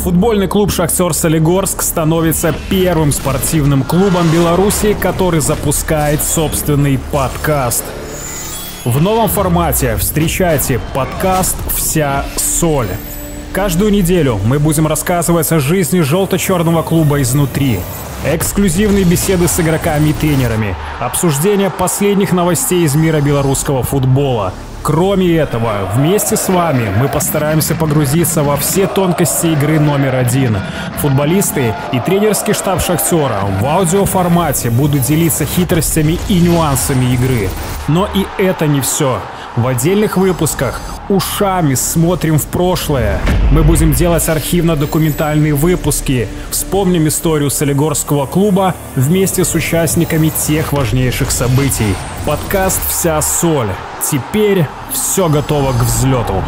Футбольный клуб «Шахтер-Солигорск» становится первым спортивным клубом Беларуси, который запускает собственный подкаст. В новом формате встречайте подкаст «Вся соль». Каждую неделю мы будем рассказывать о жизни желто-черного клуба изнутри. Эксклюзивные беседы с игроками и тренерами, обсуждение последних новостей из мира белорусского футбола. Кроме этого, вместе с вами мы постараемся погрузиться во все тонкости игры номер один. Футболисты и тренерский штаб «Шахтера» в аудиоформате будут делиться хитростями и нюансами игры. Но и это не все. В отдельных выпусках ушами смотрим в прошлое. Мы будем делать архивно-документальные выпуски. Вспомним историю солигорского клуба вместе с участниками тех важнейших событий. Подкаст «Вся соль». Теперь все готово к взлету.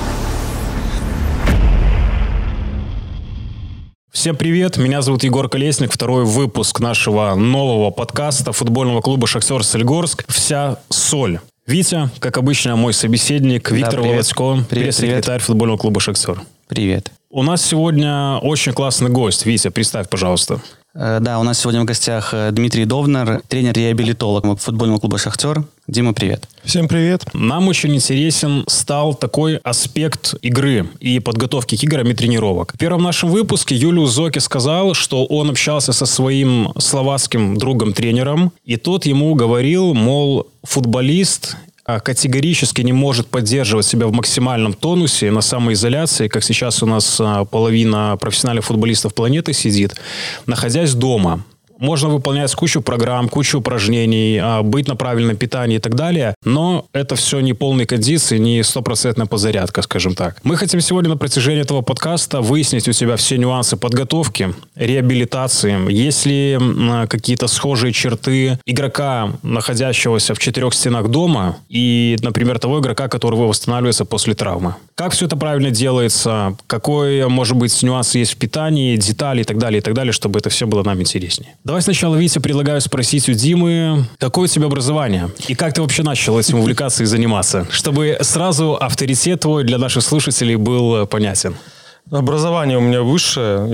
Всем привет, меня зовут Егор Колесник, второй выпуск нашего нового подкаста футбольного клуба «Шахтер-Солигорск. Вся соль». Витя, как обычно, мой собеседник, Виктор Володько, пресс-секретарь футбольного клуба «Шахтер». Привет. У нас сегодня очень классный гость. Витя, представь, пожалуйста. Да, у нас сегодня в гостях Дмитрий Довнар, тренер-реабилитолог футбольного клуба «Шахтер». Дима, привет. Всем привет. Нам очень интересен стал такой аспект игры и подготовки к играм и тренировок. В первом нашем выпуске Юлиус Зоки сказал, что он общался со своим словацким другом-тренером, и тот ему говорил, мол, футболист категорически не может поддерживать себя в максимальном тонусе на самоизоляции, как сейчас у нас половина профессиональных футболистов планеты сидит, находясь дома. Можно выполнять кучу программ, кучу упражнений, быть на правильном питании и так далее, но это все не полные кондиции, не стопроцентная подзарядка, скажем так. Мы хотим сегодня на протяжении этого подкаста выяснить у тебя все нюансы подготовки, реабилитации, есть ли какие-то схожие черты игрока, находящегося в четырех стенах дома, и, например, того игрока, который восстанавливается после травмы. Как все это правильно делается, какой, может быть, нюансы есть в питании, детали и так далее, чтобы это все было нам интереснее. Давай сначала, Витя, предлагаю спросить у Димы, какое у тебя образование? И как ты вообще начал этим увлекаться и заниматься? Чтобы сразу авторитет твой для наших слушателей был понятен. Образование у меня высшее.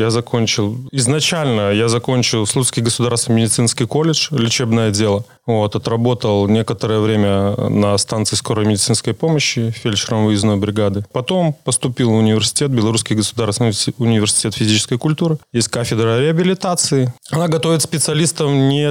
Изначально я закончил Слуцкий государственный медицинский колледж, лечебное дело. Отработал некоторое время на станции скорой медицинской помощи фельдшером выездной бригады. Потом поступил в университет, Белорусский государственный университет физической культуры. Есть кафедра реабилитации. Она готовит специалистов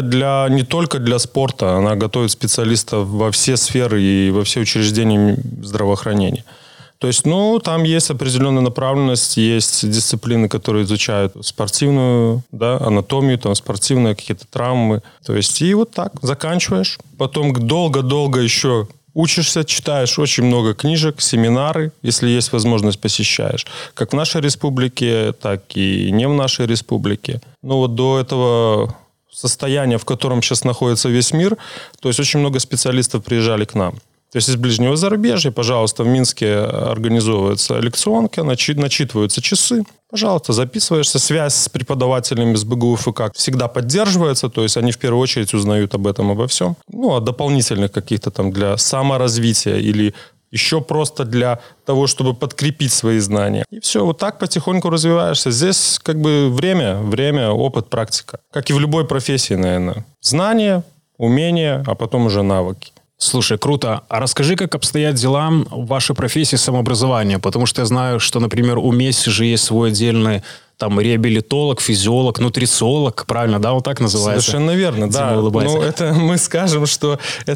не только для спорта, она готовит специалистов во все сферы и во все учреждения здравоохранения. То есть, там есть определенная направленность, есть дисциплины, которые изучают спортивную, анатомию, спортивные какие-то травмы. То есть, и вот так заканчиваешь. Потом долго-долго еще учишься, читаешь очень много книжек, семинары, если есть возможность, посещаешь. Как в нашей республике, так и не в нашей республике. До этого состояния, в котором сейчас находится весь мир, то есть, очень много специалистов приезжали к нам. То есть из ближнего зарубежья, пожалуйста, в Минске организовываются лекционки, начитываются часы. Пожалуйста, записываешься. Связь с преподавателями с БГУФК всегда поддерживается. То есть они в первую очередь узнают об этом, обо всем. О дополнительных каких-то для саморазвития или еще просто для того, чтобы подкрепить свои знания. И все, вот так потихоньку развиваешься. Здесь время, опыт, практика. Как и в любой профессии, наверное. Знания, умения, а потом уже навыки. Слушай, круто. А расскажи, как обстоят дела в вашей профессии самообразования? Потому что я знаю, что, например, у Месси же есть свой отдельный реабилитолог, физиолог, нутрициолог, правильно, да, вот так называется? Совершенно верно, да. Это мы скажем, что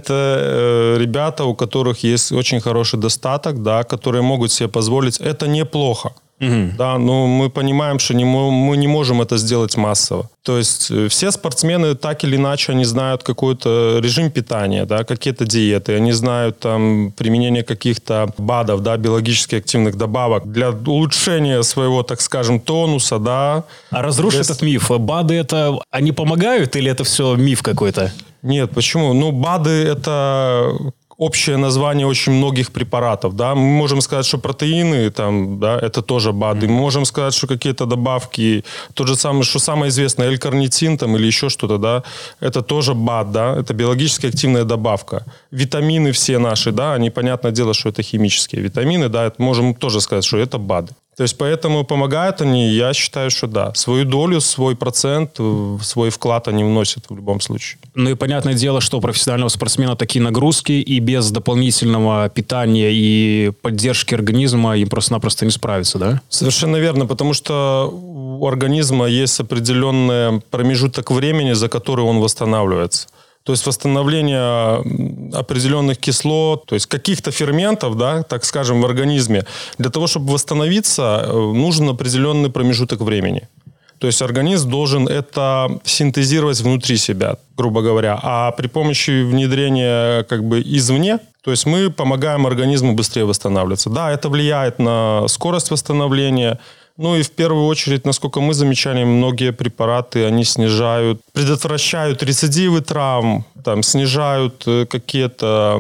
это ребята, у которых есть очень хороший достаток, которые могут себе позволить. Это неплохо. Да, но мы понимаем, что мы не можем это сделать массово. То есть все спортсмены так или иначе, они знают какой-то режим питания, какие-то диеты, они знают применение каких-то БАДов, биологически активных добавок для улучшения своего, так скажем, тонуса. А разрушь этот миф. БАДы они помогают или это все миф какой-то? Нет, почему? БАДы это общее название очень многих препаратов, Мы можем сказать, что протеины, это тоже БАДы. Мы можем сказать, что какие-то добавки, тот же самый, что самое известное, L-карнитин или еще что-то, это тоже БАД, это биологически активная добавка. Витамины все наши, они, понятное дело, что это химические витамины, можем тоже сказать, что это БАДы. То есть поэтому помогают они, я считаю, что да. Свою долю, свой процент, свой вклад они вносят в любом случае. Ну и понятное дело, что у профессионального спортсмена такие нагрузки, и без дополнительного питания и поддержки организма им просто-напросто не справиться, да? Совершенно верно, потому что у организма есть определенный промежуток времени, за который он восстанавливается. То есть восстановление определенных кислот, то есть каких-то ферментов, да, так скажем, в организме. Для того, чтобы восстановиться, нужен определенный промежуток времени. То есть организм должен это синтезировать внутри себя, грубо говоря. А при помощи внедрения как бы извне, то есть мы помогаем организму быстрее восстанавливаться. Да, это влияет на скорость восстановления. Ну и в первую очередь, насколько мы замечали, многие препараты, они снижают, предотвращают рецидивы травм, там, снижают какие-то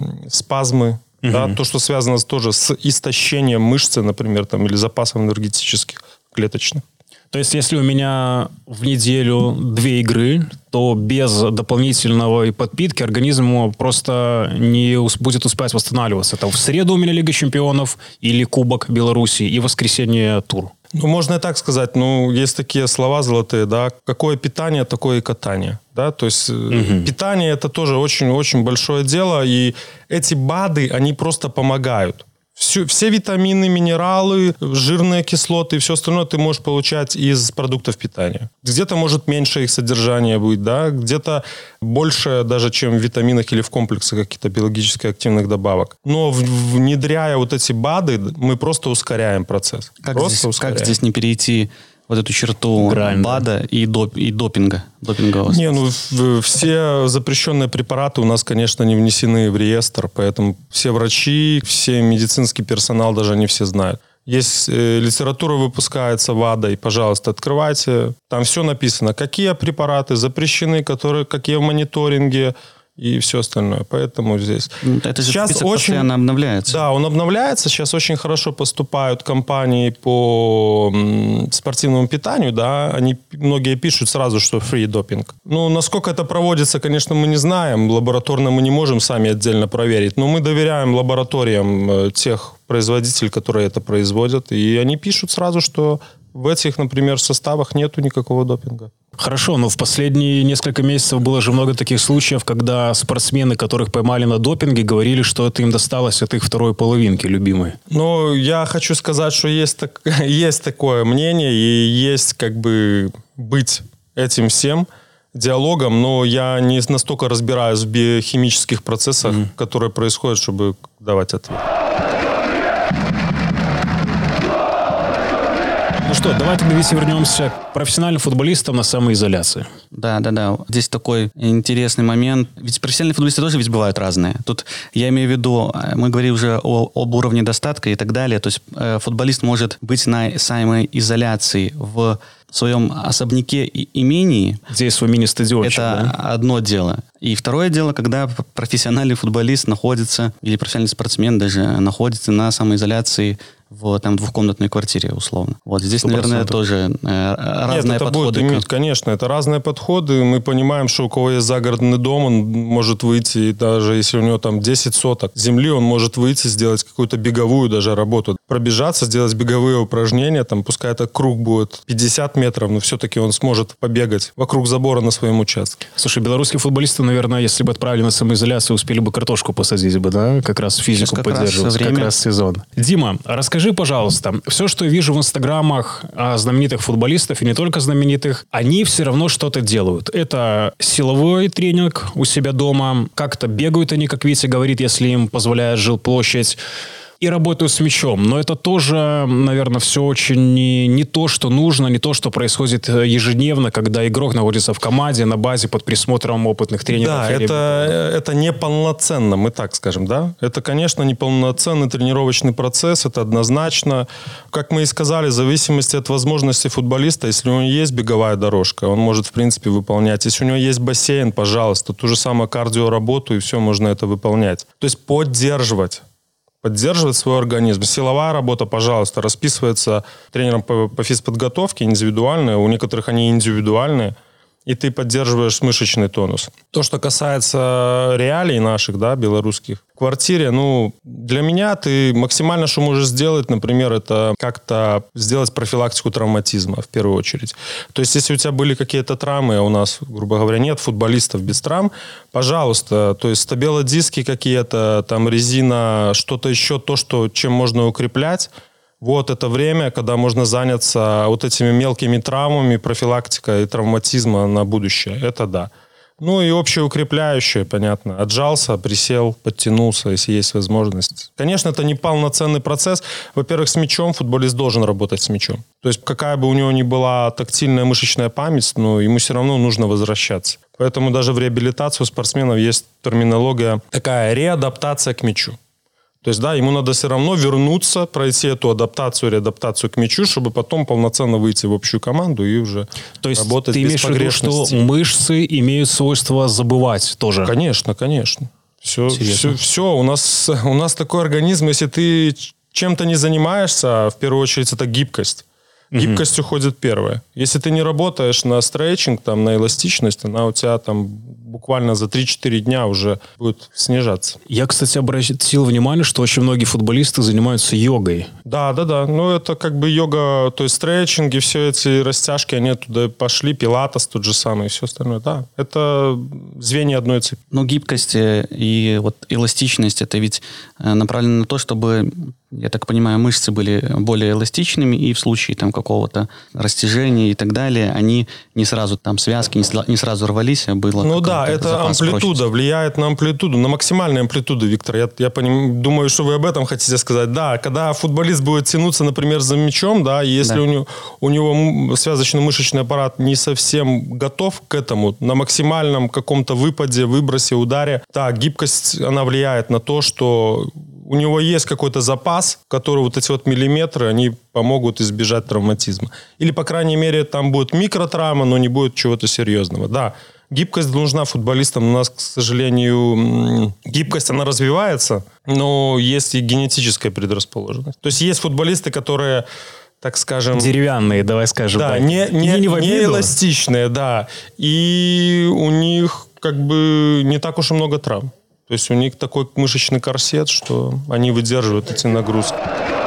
спазмы, да, то, что связано тоже с истощением мышцы, например, там, или запасом энергетических клеточных. То есть, если у меня в неделю 2 игры, то без дополнительной подпитки организм просто не будет успевать восстанавливаться. Это в среду у меня Лига чемпионов или Кубок Беларуси, и в воскресенье тур. Ну, можно и так сказать. Ну, есть такие слова золотые, да. Какое питание, такое и катание. Да? То есть питание – это тоже очень-очень большое дело. И эти БАДы, они просто помогают. Все витамины, минералы, жирные кислоты и все остальное ты можешь получать из продуктов питания. Где-то, может, меньше их содержание будет, да, где-то больше даже, чем в витаминах или в комплексах каких-то биологически активных добавок. Но внедряя вот эти БАДы, мы просто ускоряем процесс. Как здесь не перейти вот эту черту БАДа и допинга? Не, ну все запрещенные препараты у нас, конечно, не внесены в реестр, поэтому все врачи, все медицинский персонал даже не все знают. Есть литература выпускается ВАДА, и, пожалуйста, открывайте. Там все написано, какие препараты запрещены, какие в мониторинге, и все остальное. Поэтому здесь... Это же сейчас список постоянно обновляется. Да, он обновляется. Сейчас очень хорошо поступают компании по спортивному питанию. Да, они многие пишут сразу, что free допинг. Ну, насколько это проводится, конечно, мы не знаем. Лабораторно мы не можем сами отдельно проверить. Но мы доверяем лабораториям тех производителей, которые это производят. И они пишут сразу, что в этих, например, составах нету никакого допинга. Хорошо, но в последние несколько месяцев было же много таких случаев, когда спортсмены, которых поймали на допинге, говорили, что это им досталось от их второй половинки любимой. Ну, я хочу сказать, что есть такое мнение, и есть как бы быть этим всем диалогом, но я не настолько разбираюсь в биохимических процессах, которые происходят, чтобы давать ответ. Ну что, давай тогда вернемся к профессиональным футболистам на самоизоляции. Да. Здесь такой интересный момент. Ведь профессиональные футболисты тоже ведь бывают разные. Тут я имею в виду, мы говорили уже об уровне достатка и так далее. То есть футболист может быть на самоизоляции в своем особняке и имении. Здесь свой мини-стадиончик. Это одно дело. И второе дело, когда профессиональный футболист находится, или профессиональный спортсмен даже находится на самоизоляции в двухкомнатной квартире, условно. Вот здесь, 100%. Наверное, тоже разные подходы. Конечно, это разные подходы. Мы понимаем, что у кого есть загородный дом, он может выйти, даже если у него там 10 соток земли, он может выйти, сделать какую-то беговую даже работу. Пробежаться, сделать беговые упражнения, там, пускай этот круг будет 50 метров, но все-таки он сможет побегать вокруг забора на своем участке. Слушай, белорусские футболисты, наверное, если бы отправили на самоизоляцию, успели бы картошку посадить бы, да? Как раз физику поддерживать, как раз сезон. Дима, расскажи, пожалуйста, все, что я вижу в инстаграмах знаменитых футболистов, и не только знаменитых, они все равно что-то делают. Это силовой тренинг у себя дома, как-то бегают они, как Витя говорит, если им позволяет жилплощадь, и работаю с мячом. Но это тоже, наверное, все очень не то, что нужно, не то, что происходит ежедневно, когда игрок находится в команде, на базе, под присмотром опытных тренеров. Да, это неполноценно, мы так скажем, да? Это, конечно, неполноценный тренировочный процесс, это однозначно. Как мы и сказали, в зависимости от возможностей футболиста, если у него есть беговая дорожка, он может, в принципе, выполнять. Если у него есть бассейн, пожалуйста, ту же самую кардиоработу, и все, можно это выполнять. То есть поддерживать свой организм. Силовая работа, пожалуйста, расписывается тренером по физподготовке, индивидуальная. У некоторых они индивидуальные. и ты поддерживаешь мышечный тонус. То, что касается реалий наших, да, белорусских, в квартире, для меня ты максимально, что можешь сделать, например, это как-то сделать профилактику травматизма в первую очередь. То есть, если у тебя были какие-то травмы, а у нас, грубо говоря, нет футболистов без травм, пожалуйста, то есть стабилодиски какие-то, там резина, что-то еще, чем можно укреплять. Вот это время, когда можно заняться вот этими мелкими травмами, профилактикой травматизма на будущее. Это да. И общеукрепляющее, понятно. Отжался, присел, подтянулся, если есть возможность. Конечно, это не полноценный процесс. Во-первых, с мячом футболист должен работать с мячом. То есть, какая бы у него ни была тактильная мышечная память, ему все равно нужно возвращаться. Поэтому даже в реабилитации у спортсменов есть терминология такая реадаптация к мячу. То есть, да, ему надо все равно вернуться, пройти эту адаптацию, реадаптацию к мячу, чтобы потом полноценно выйти в общую команду и уже работать без погрешностей. То есть, ты имеешь в виду, что мышцы имеют свойство забывать тоже? Конечно, конечно. Все. У нас такой организм, если ты чем-то не занимаешься, в первую очередь это гибкость. Гибкость уходит первая. Если ты не работаешь на стретчинг, на эластичность, она у тебя буквально за 3-4 дня уже будет снижаться. Я, кстати, обратил внимание, что очень многие футболисты занимаются йогой. Да. Это как бы йога, то есть стретчинги, все эти растяжки, они туда пошли, пилатес тот же самый и все остальное. Да, это звенья одной цепи. Гибкость и эластичность, это ведь направлено на то, чтобы, я так понимаю, мышцы были более эластичными, и в случае какого-то растяжения и так далее, они не сразу, связки не сразу рвались, а было... это амплитуда, влияет на амплитуду, на максимальную амплитуду, Виктор. Я думаю, что вы об этом хотите сказать. Да, когда футболист будет тянуться, например, за мячом, да, если у него связочно-мышечный аппарат не совсем готов к этому, на максимальном каком-то выпаде, выбросе, ударе, гибкость, она влияет на то, что у него есть какой-то запас, который вот эти миллиметры, они помогут избежать травматизма. Или, по крайней мере, там будет микротравма, но не будет чего-то серьезного. Да, гибкость нужна футболистам. У нас, к сожалению, гибкость, она развивается, но есть и генетическая предрасположенность. То есть есть футболисты, которые, так скажем... Деревянные, давай скажем. Да, не эластичные, да. И у них не так уж и много травм. То есть у них такой мышечный корсет, что они выдерживают эти нагрузки.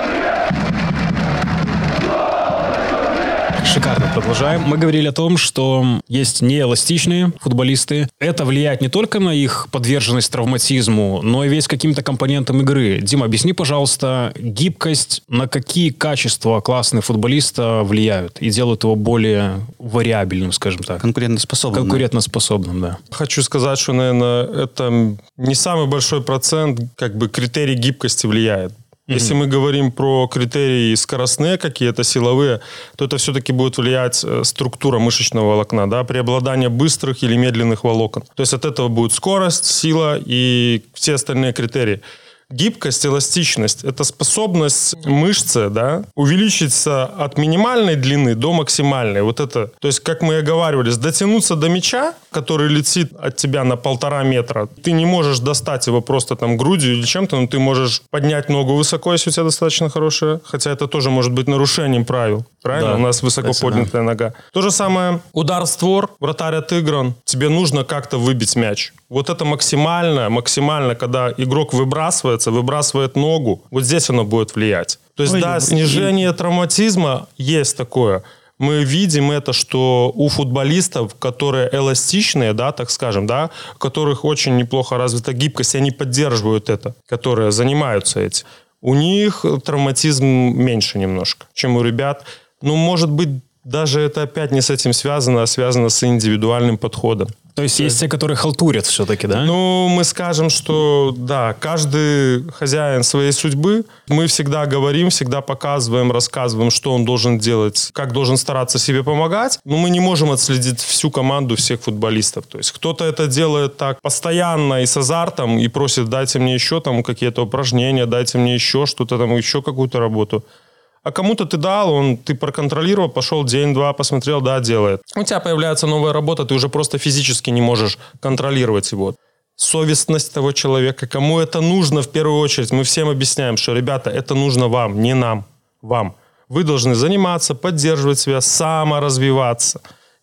Шикарно, продолжаем. Мы говорили о том, что есть неэластичные футболисты. Это влияет не только на их подверженность травматизму, но и весь каким-то компонентам игры. Дима, объясни, пожалуйста, гибкость, на какие качества классные футболиста влияют и делают его более вариабельным, скажем так. Конкурентоспособным. Конкурентоспособным, да. Хочу сказать, что, наверное, это не самый большой процент, критерий гибкости влияет. Если мы говорим про критерии скоростные какие-то, силовые, то это все-таки будет влиять структура мышечного волокна, да, преобладание быстрых или медленных волокон. То есть от этого будет скорость, сила и все остальные критерии. Гибкость, эластичность – это способность мышцы, да, увеличиться от минимальной длины до максимальной. Вот это, то есть, как мы и оговаривались, дотянуться до мяча, который летит от тебя на 1,5 метра. Ты не можешь достать его просто грудью или чем-то, но ты можешь поднять ногу высоко, если у тебя достаточно хорошая. Хотя это тоже может быть нарушением правил. Правильно? Да, у нас высоко поднятая нога. То же самое, удар в створ, вратарь отыгран. Тебе нужно как-то выбить мяч. Вот это максимально, когда игрок выбрасывает ногу, вот здесь оно будет влиять. То есть, снижение травматизма есть такое. Мы видим это, что у футболистов, которые эластичные, да, так скажем, да, у которых очень неплохо развита гибкость, и они поддерживают это, которые занимаются этим, у них травматизм меньше немножко, чем у ребят. Может быть, даже это опять не с этим связано, а связано с индивидуальным подходом. То есть есть те, которые халтурят все-таки, да? Мы скажем, что да, каждый хозяин своей судьбы. Мы всегда говорим, всегда показываем, рассказываем, что он должен делать, как должен стараться себе помогать. Но мы не можем отследить всю команду всех футболистов. То есть кто-то это делает так постоянно и с азартом, и просит: дайте мне еще какие-то упражнения, дайте мне еще что-то еще какую-то работу. А кому-то ты дал, ты проконтролировал, пошел день-два, посмотрел, да, делает. У тебя появляется новая работа, ты уже просто физически не можешь контролировать его. Совестность того человека, кому это нужно в первую очередь. Мы всем объясняем, что, ребята, это нужно вам, не нам, вам. Вы должны заниматься, поддерживать себя, саморазвиваться.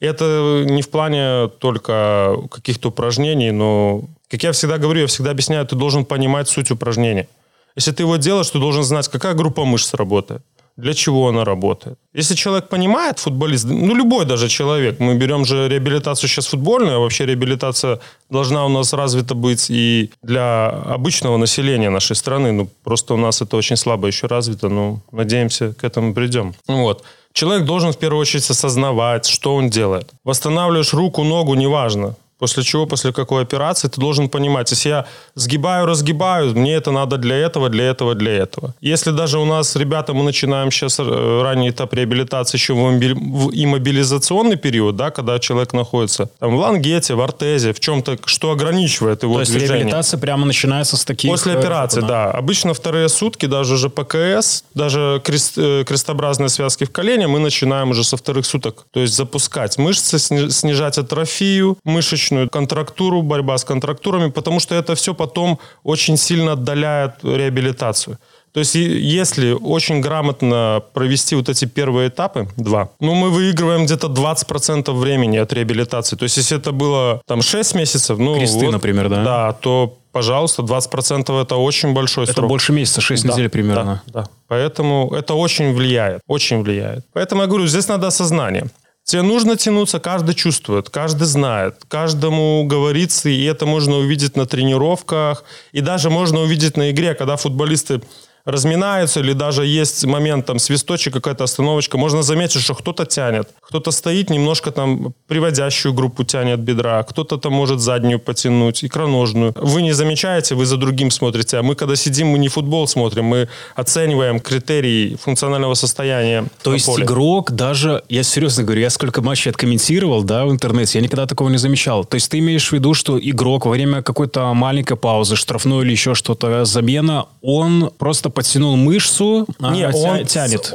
Это не в плане только каких-то упражнений, но, как я всегда говорю, я всегда объясняю, ты должен понимать суть упражнения. Если ты его делаешь, ты должен знать, какая группа мышц работает, для чего она работает. Если человек понимает, футболист, любой даже человек, мы берем же реабилитацию сейчас футбольную, а вообще реабилитация должна у нас развита быть и для обычного населения нашей страны. Просто у нас это очень слабо еще развито, но надеемся, к этому придем. Вот. Человек должен в первую очередь осознавать, что он делает. Восстанавливаешь руку, ногу, неважно. После чего, после какой операции, ты должен понимать, если я сгибаю, разгибаю, мне это надо для этого, для этого, для этого. Если даже у нас, ребята, мы начинаем сейчас ранний этап реабилитации еще в иммобилизационный период, да, когда человек находится там, в лангете, в ортезе, в чем-то, что ограничивает его движение. То есть реабилитация прямо начинается с таких... После операции, да. Обычно вторые сутки, даже уже ПКС, даже крестообразные связки в колене, мы начинаем уже со вторых суток. То есть запускать мышцы, снижать атрофию мышечную, контрактуру, борьба с контрактурами, потому что это все потом очень сильно отдаляет реабилитацию. То есть если очень грамотно провести вот эти первые этапы, 2, мы выигрываем где-то 20% времени от реабилитации. То есть если это было там 6 месяцев, кресты, например, да? Да, то, пожалуйста, 20% это очень большой срок. Это больше месяца, 6 недель примерно. Да. Поэтому это очень влияет, очень влияет. Поэтому я говорю, здесь надо осознание. Тебе нужно тянуться, каждый чувствует, каждый знает, каждому говорится, и это можно увидеть на тренировках, и даже можно увидеть на игре, когда футболисты разминаются, или даже есть момент, там, свисточек, какая-то остановочка, можно заметить, что кто-то тянет, кто-то стоит, немножко там приводящую группу тянет бедра, кто-то там может заднюю потянуть, икроножную. Вы не замечаете, вы за другим смотрите, а мы, когда сидим, мы не футбол смотрим, мы оцениваем критерии функционального состояния. То есть игрок даже, я серьезно говорю, я сколько матчей откомментировал, да, в интернете, я никогда такого не замечал. То есть ты имеешь в виду, что игрок во время какой-то маленькой паузы, штрафной или еще что-то, замена, он просто подтянул мышцу, тянет.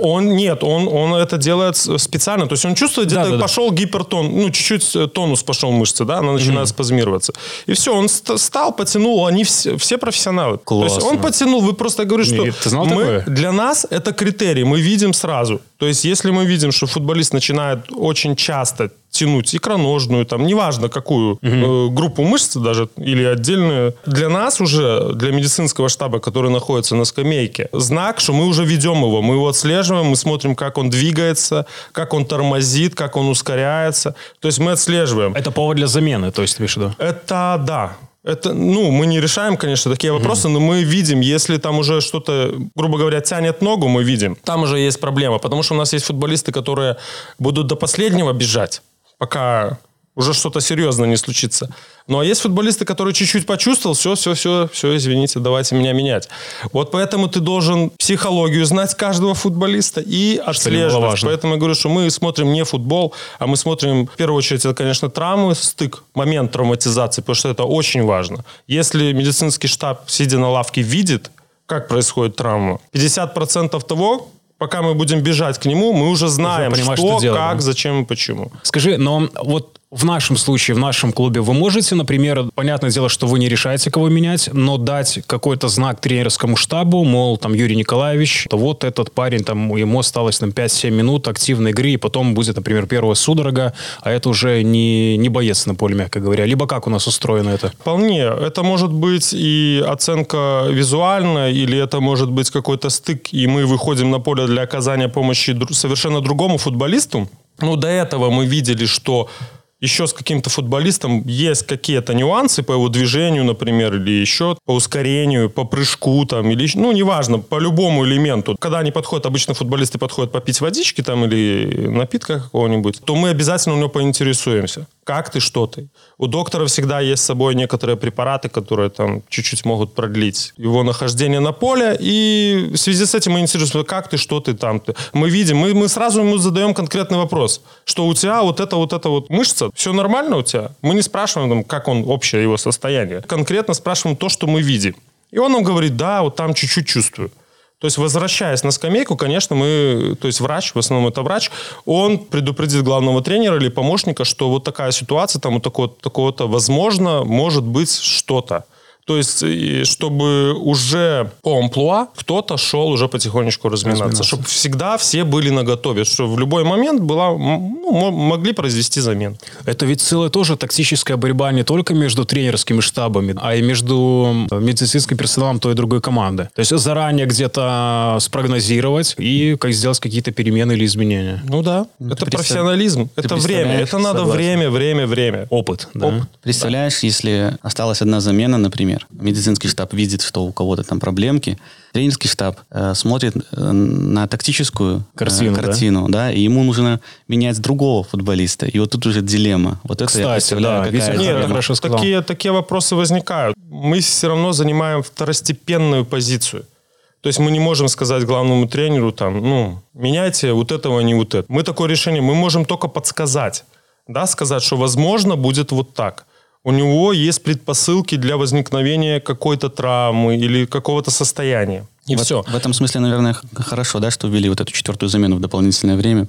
Он это делает специально. То есть он чувствует, где-то пошел гипертон, чуть-чуть тонус пошел мышцы, да, она начинает спазмироваться. И все, он стал, потянул, они все профессионалы. Классно. То есть он потянул, вы просто говорите, что для нас это критерий, мы видим сразу. То есть если мы видим, что футболист начинает очень часто тянуть икроножную, там, неважно какую группу мышц даже, или отдельную, для нас уже, для медицинского штаба, который находится на скамейке, знак, что мы уже ведем его, мы его отслеживаем, мы смотрим, как он двигается, как он тормозит, как он ускоряется. То есть мы отслеживаем. Это повод для замены, то есть ты имеешь в виду? Это да. Это, мы не решаем, конечно, такие вопросы, но мы видим, если там уже что-то, грубо говоря, тянет ногу, мы видим, там уже есть проблема, потому что у нас есть футболисты, которые будут до последнего бежать, пока уже что-то серьезное не случится. Ну, а есть футболисты, которые чуть-чуть почувствовал, все, извините, давайте меня менять. Вот поэтому ты должен психологию знать каждого футболиста и отслеживать. Поэтому я говорю, что мы смотрим не футбол, а мы смотрим, в первую очередь, это, конечно, травмы, стык, момент травматизации, потому что это очень важно. Если медицинский штаб, сидя на лавке, видит, как происходит травма, 50% того, пока мы будем бежать к нему, мы уже знаем, что делать, как, зачем и почему. Скажи, но вот в нашем случае, в нашем клубе, вы можете, например, понятное дело, что вы не решаете, кого менять, но дать какой-то знак тренерскому штабу, мол, там, Юрий Николаевич, то вот этот парень, там, ему осталось там 5-7 минут активной игры, и потом будет, например, первая судорога, а это уже не боец на поле, мягко говоря. Либо как у нас устроено это? Вполне. Это может быть и оценка визуальная, или это может быть какой-то стык, и мы выходим на поле для оказания помощи совершенно другому футболисту. Ну, до этого мы видели, что еще с каким-то футболистом есть какие-то нюансы по его движению, например, или еще по ускорению, по прыжку, там, или, неважно, по любому элементу. Когда они подходят, обычно футболисты подходят попить водички там, или напитка какого-нибудь, то мы обязательно у него поинтересуемся. Как ты, что ты? У доктора всегда есть с собой некоторые препараты, которые там чуть-чуть могут продлить его нахождение на поле, и в связи с этим мы интересуемся, как ты, что ты там. Мы видим, мы сразу ему задаем конкретный вопрос, что у тебя вот эта мышца, все нормально у тебя? Мы не спрашиваем, там, как он, общее его состояние. Конкретно спрашиваем то, что мы видим. И он нам говорит, да, вот там чуть-чуть чувствую. То есть, возвращаясь на скамейку, конечно, то есть врач, в основном это врач, он предупредит главного тренера или помощника, что вот такая ситуация, там у такого-то, возможно, может быть что-то. То есть, чтобы уже по амплуа кто-то шел уже потихонечку разминаться. Чтобы всегда все были наготове, что в любой момент могли произвести замену. Это ведь целая тоже тактическая борьба не только между тренерскими штабами, а и между медицинским персоналом той и другой команды. То есть заранее где-то спрогнозировать и как сделать какие-то перемены или изменения. Ну да, это профессионализм, это время, это надо время. Опыт, да. Представляешь, если осталась одна замена, например, медицинский штаб видит, что у кого-то там проблемки, тренерский штаб смотрит на тактическую картину, да, и ему нужно менять другого футболиста. И вот тут уже дилемма. Вот это, кстати, я представляю, да, какая хорошо сказал. Такие вопросы возникают. Мы все равно занимаем второстепенную позицию. То есть мы не можем сказать главному тренеру, меняйте вот этого, а не вот это. Мы такое решение, мы можем только подсказать. Да, сказать, что возможно будет вот так. У него есть предпосылки для возникновения какой-то травмы или какого-то состояния. И все. В этом смысле, наверное, хорошо, да, что ввели вот эту 4-ю замену в дополнительное время.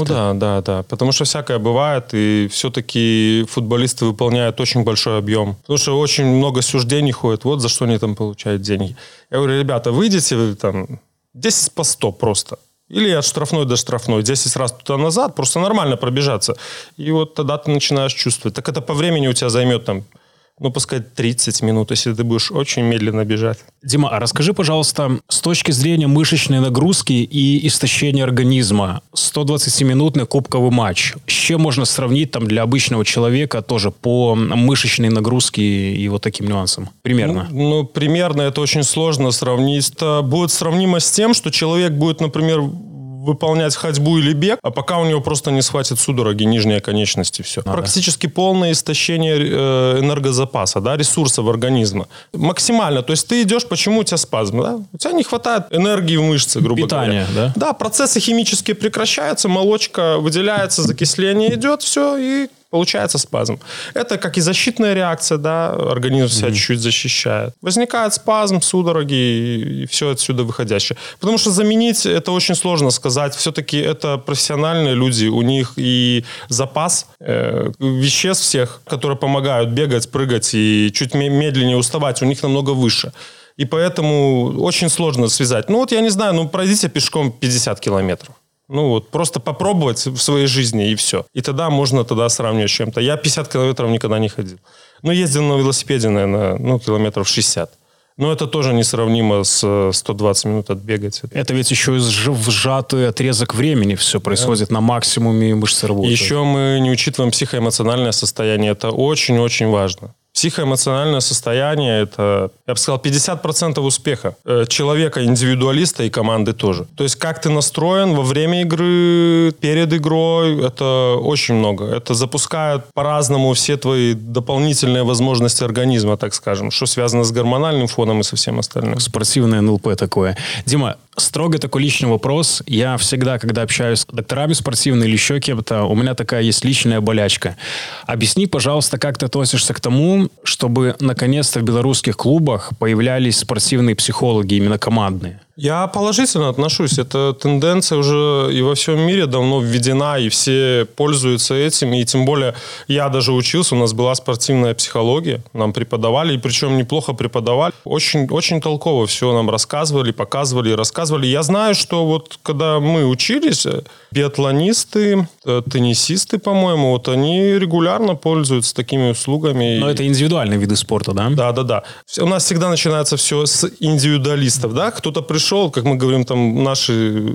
Да. Потому что всякое бывает, и все-таки футболисты выполняют очень большой объем. Потому что очень много суждений ходит, вот за что они там получают деньги. Я говорю, ребята, выйдите вы там 10 по 100 просто. Или от штрафной до штрафной, 10 раз туда-назад, просто нормально пробежаться. И вот тогда ты начинаешь чувствовать. Так это по времени у тебя займет пускай 30 минут, если ты будешь очень медленно бежать. Дима, а расскажи, пожалуйста, с точки зрения мышечной нагрузки и истощения организма, 120-минутный кубковый матч, с чем можно сравнить там для обычного человека тоже по мышечной нагрузке и вот таким нюансам? Примерно. Примерно это очень сложно сравнить. Это будет сравнимо с тем, что человек будет, например, выполнять ходьбу или бег, а пока у него просто не схватит судороги нижней конечности, все. Практически полное истощение энергозапаса, да, ресурсов организма. Максимально. То есть ты идешь, почему у тебя спазм, да? У тебя не хватает энергии в мышце, грубо говоря. Да? Да, процессы химические прекращаются, молочка выделяется, закисление идет, все, и получается спазм. Это как и защитная реакция, да, организм себя чуть-чуть защищает. Возникает спазм, судороги и все отсюда выходящее. Потому что заменить это очень сложно сказать. Все-таки это профессиональные люди, у них и запас веществ всех, которые помогают бегать, прыгать и чуть медленнее уставать, у них намного выше. И поэтому очень сложно связать. Я не знаю, пройдите пешком 50 километров. Просто попробовать в своей жизни, и все. И тогда можно сравнивать с чем-то. Я 50 километров никогда не ходил. Ездил на велосипеде, наверное, километров 60. Но это тоже несравнимо с 120 минут отбегать. Это ведь еще и сжатый отрезок времени все происходит на максимуме, мышцы рвут. Еще мы не учитываем психоэмоциональное состояние. Это очень-очень важно. Психоэмоциональное состояние – это, я бы сказал, 50% успеха человека, индивидуалиста и команды тоже. То есть, как ты настроен во время игры, перед игрой – это очень много. Это запускает по-разному все твои дополнительные возможности организма, так скажем, что связано с гормональным фоном и со всем остальным. Спортивное НЛП такое. Дима, строго такой личный вопрос. Я всегда, когда общаюсь с докторами спортивными или еще кем-то, у меня такая есть личная болячка. Объясни, пожалуйста, как ты относишься к тому, чтобы наконец-то в белорусских клубах появлялись спортивные психологи, именно командные? Я положительно отношусь. Эта тенденция уже и во всем мире давно введена, и все пользуются этим. И тем более я даже учился, у нас была спортивная психология, нам преподавали, и причем неплохо преподавали. Очень, очень толково все нам рассказывали, показывали и рассказывали. Я знаю, что вот когда мы учились, биатлонисты, теннисисты, по-моему, они регулярно пользуются такими услугами. Но это индивидуальные виды спорта, да? Да. У нас всегда начинается все с индивидуалистов, да? Кто-то пришел, как мы говорим, наши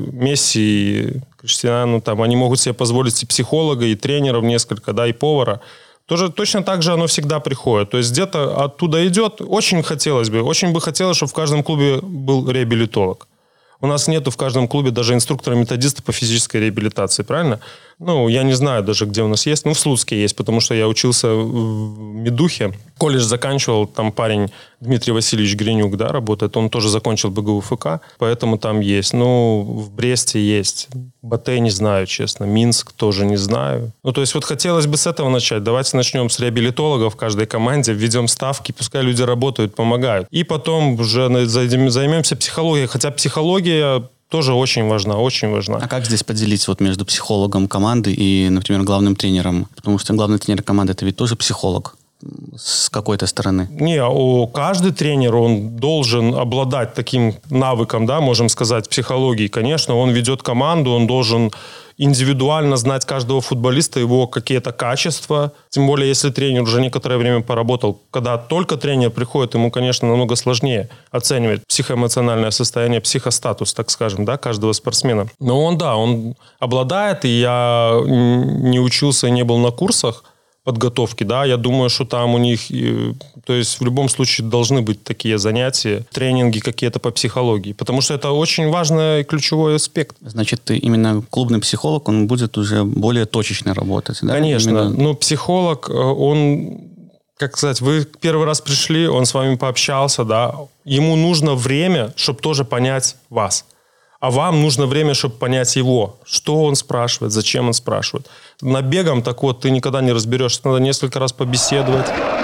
Месси, Криштиану, они могут себе позволить и психолога, и тренеров несколько, да, и повара. Тоже точно так же оно всегда приходит. То есть где-то оттуда идет. Очень бы хотелось, чтобы в каждом клубе был реабилитолог. У нас нету в каждом клубе даже инструктора-методиста по физической реабилитации, правильно? Я не знаю даже, где у нас есть. В Слуцке есть, потому что я учился в Медухе. Колледж заканчивал, там парень Дмитрий Васильевич Гринюк, да, работает. Он тоже закончил БГУФК, поэтому там есть. В Бресте есть. Батэ не знаю, честно. Минск тоже не знаю. То есть хотелось бы с этого начать. Давайте начнем с реабилитологов в каждой команде, введем ставки, пускай люди работают, помогают. И потом уже займемся психологией. Хотя психология тоже очень важна, очень важна. А как здесь поделить между психологом команды и, например, главным тренером? Потому что главный тренер команды – это ведь тоже психолог. с какой-то стороны? Каждый тренер, он должен обладать таким навыком, да, можем сказать, психологии. Конечно, он ведет команду, он должен индивидуально знать каждого футболиста, его какие-то качества. Тем более, если тренер уже некоторое время поработал. Когда только тренер приходит, ему, конечно, намного сложнее оценивать психоэмоциональное состояние, психостатус, так скажем, да, каждого спортсмена. Но он обладает, и я не учился и не был на курсах подготовки, да, я думаю, что там у них, то есть в любом случае должны быть такие занятия, тренинги какие-то по психологии, потому что это очень важный и ключевой аспект. Значит, ты именно клубный психолог, он будет уже более точечно работать, да? Конечно, психолог, он, как сказать, вы первый раз пришли, он с вами пообщался, да, ему нужно время, чтобы тоже понять вас. А вам нужно время, чтобы понять его. Что он спрашивает, зачем он спрашивает. Набегом так вот ты никогда не разберешься. Надо несколько раз побеседовать.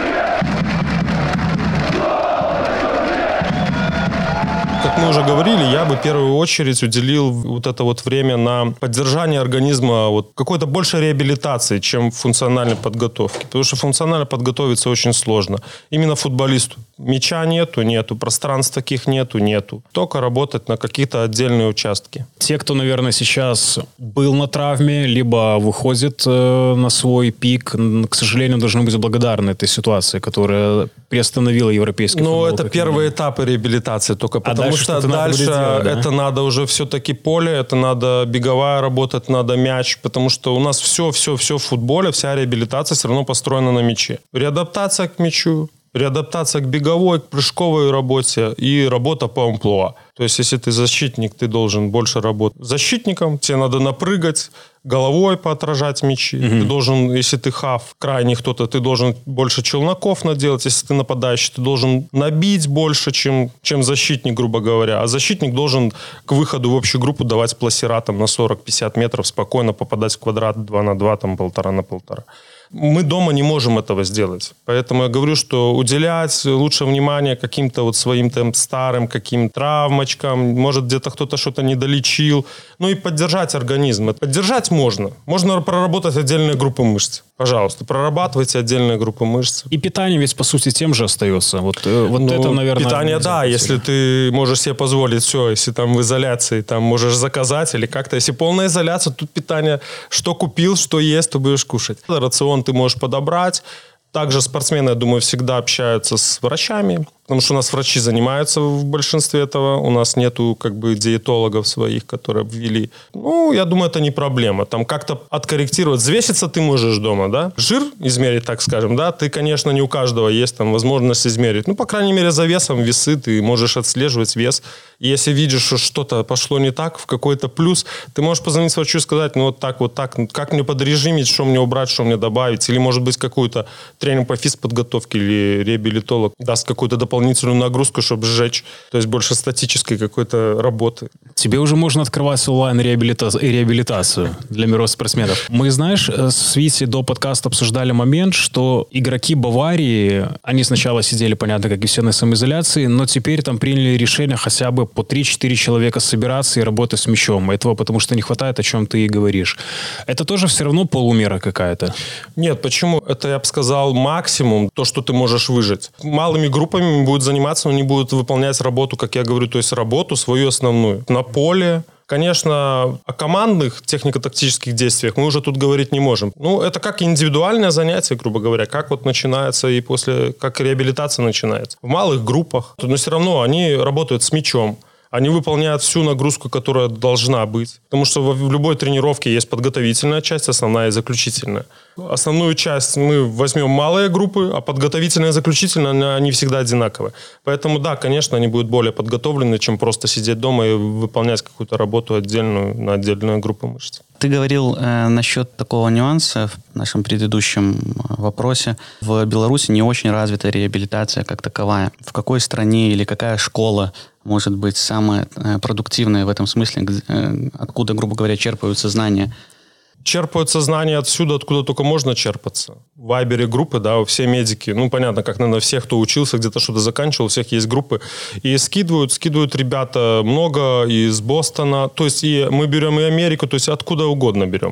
Как мы уже говорили, я бы в первую очередь уделил вот это вот время на поддержание организма, вот какой-то больше реабилитации, чем функциональной подготовки. Потому что функционально подготовиться очень сложно. Именно футболисту. Мяча нету, пространств таких нету. Только работать на какие-то отдельные участки. Те, кто, наверное, сейчас был на травме, либо выходит на свой пик, к сожалению, должны быть благодарны этой ситуации, которая приостановила европейский футбол. Но это первые этапы реабилитации только, потому что дальше делать, да? Это надо уже все-таки поле, это надо беговая работа, это надо мяч, потому что у нас все в футболе, вся реабилитация все равно построена на мяче. Реадаптация к мячу, реадаптация к беговой, к прыжковой работе и работа по амплуа. То есть, если ты защитник, ты должен больше работать защитником, тебе надо напрыгать, головой поотражать мячи. Ты должен, если ты хав, крайний кто-то, ты должен больше челноков наделать. Если ты нападающий, ты должен набить больше, чем защитник, грубо говоря. А защитник должен к выходу в общую группу давать пласера там, на 40-50 метров, спокойно попадать в квадрат 2 на 2, там 1,5 на 1,5. Мы дома не можем этого сделать. Поэтому я говорю, что уделять лучше внимание каким-то вот своим там старым каким-то травмочкам, может, где-то кто-то что-то недолечил. Ну и поддержать организм. Поддержать можно. Можно проработать отдельные группы мышц. Пожалуйста, прорабатывайте отдельные группы мышц. И питание ведь, по сути, тем же остается. Вот это, наверное... Питание, да. Если ты можешь себе позволить все, если там в изоляции, там можешь заказать или как-то. Если полная изоляция, тут питание, что купил, что есть, то будешь кушать. Рацион ты можешь подобрать. Также спортсмены, я думаю, всегда общаются с врачами, потому что у нас врачи занимаются в большинстве этого. У нас нету диетологов своих, которые ввели. Я думаю, это не проблема. Там как-то откорректировать. Взвеситься ты можешь дома, да? Жир измерить, так скажем, да? Ты, конечно, не у каждого есть там возможность измерить. По крайней мере, за весом весы ты можешь отслеживать вес. И если видишь, что что-то пошло не так, в какой-то плюс, ты можешь позвонить врачу и сказать, вот так, как мне подрежимить, что мне убрать, что мне добавить. Или, может быть, какой-то тренер по физподготовке или реабилитолог даст какую-то дополнительную нагрузку, чтобы сжечь. То есть больше статической какой-то работы. Тебе уже можно открывать онлайн-реабилитацию для мировых спортсменов. Мы, знаешь, с Витей до подкаста обсуждали момент, что игроки Баварии, они сначала сидели, понятно, как и все на самоизоляции, но теперь там приняли решение хотя бы по 3-4 человека собираться и работать с мячом. Этого потому что не хватает, о чем ты и говоришь. Это тоже все равно полумера какая-то? Нет, почему? Это, я бы сказал, максимум, то, что ты можешь выжить. Малыми группами будут заниматься, но они будут выполнять работу, как я говорю, то есть работу свою основную. На поле. Конечно, о командных технико-тактических действиях мы уже тут говорить не можем. Это как индивидуальное занятие, грубо говоря, как вот начинается и как реабилитация начинается. В малых группах, но все равно они работают с мячом. Они выполняют всю нагрузку, которая должна быть. Потому что в любой тренировке есть подготовительная часть, основная и заключительная. Основную часть мы возьмем малые группы, а подготовительная и заключительная, они всегда одинаковые. Поэтому, да, конечно, они будут более подготовлены, чем просто сидеть дома и выполнять какую-то работу отдельную на отдельную группу мышц. Ты говорил насчет такого нюанса в нашем предыдущем вопросе. В Беларуси не очень развита реабилитация как таковая. В какой стране или какая школа может быть самая продуктивная в этом смысле, откуда, грубо говоря, черпаются знания? Черпаются знания отсюда, откуда только можно черпаться. В Вайбере группы, да, все медики, понятно, как, наверное, все, кто учился, где-то что-то заканчивал, у всех есть группы. И скидывают ребята много из Бостона. То есть и мы берем и Америку, то есть откуда угодно берем.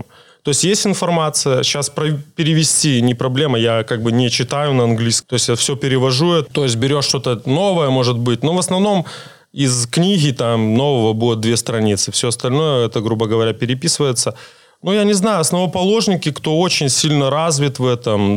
То есть есть информация, сейчас перевести не проблема, я как бы не читаю на английском, то есть я все перевожу, то есть берешь что-то новое, может быть, но в основном из книги там нового будет 2 страницы, все остальное это, грубо говоря, переписывается. Ну, я не знаю, основоположники, кто очень сильно развит в этом,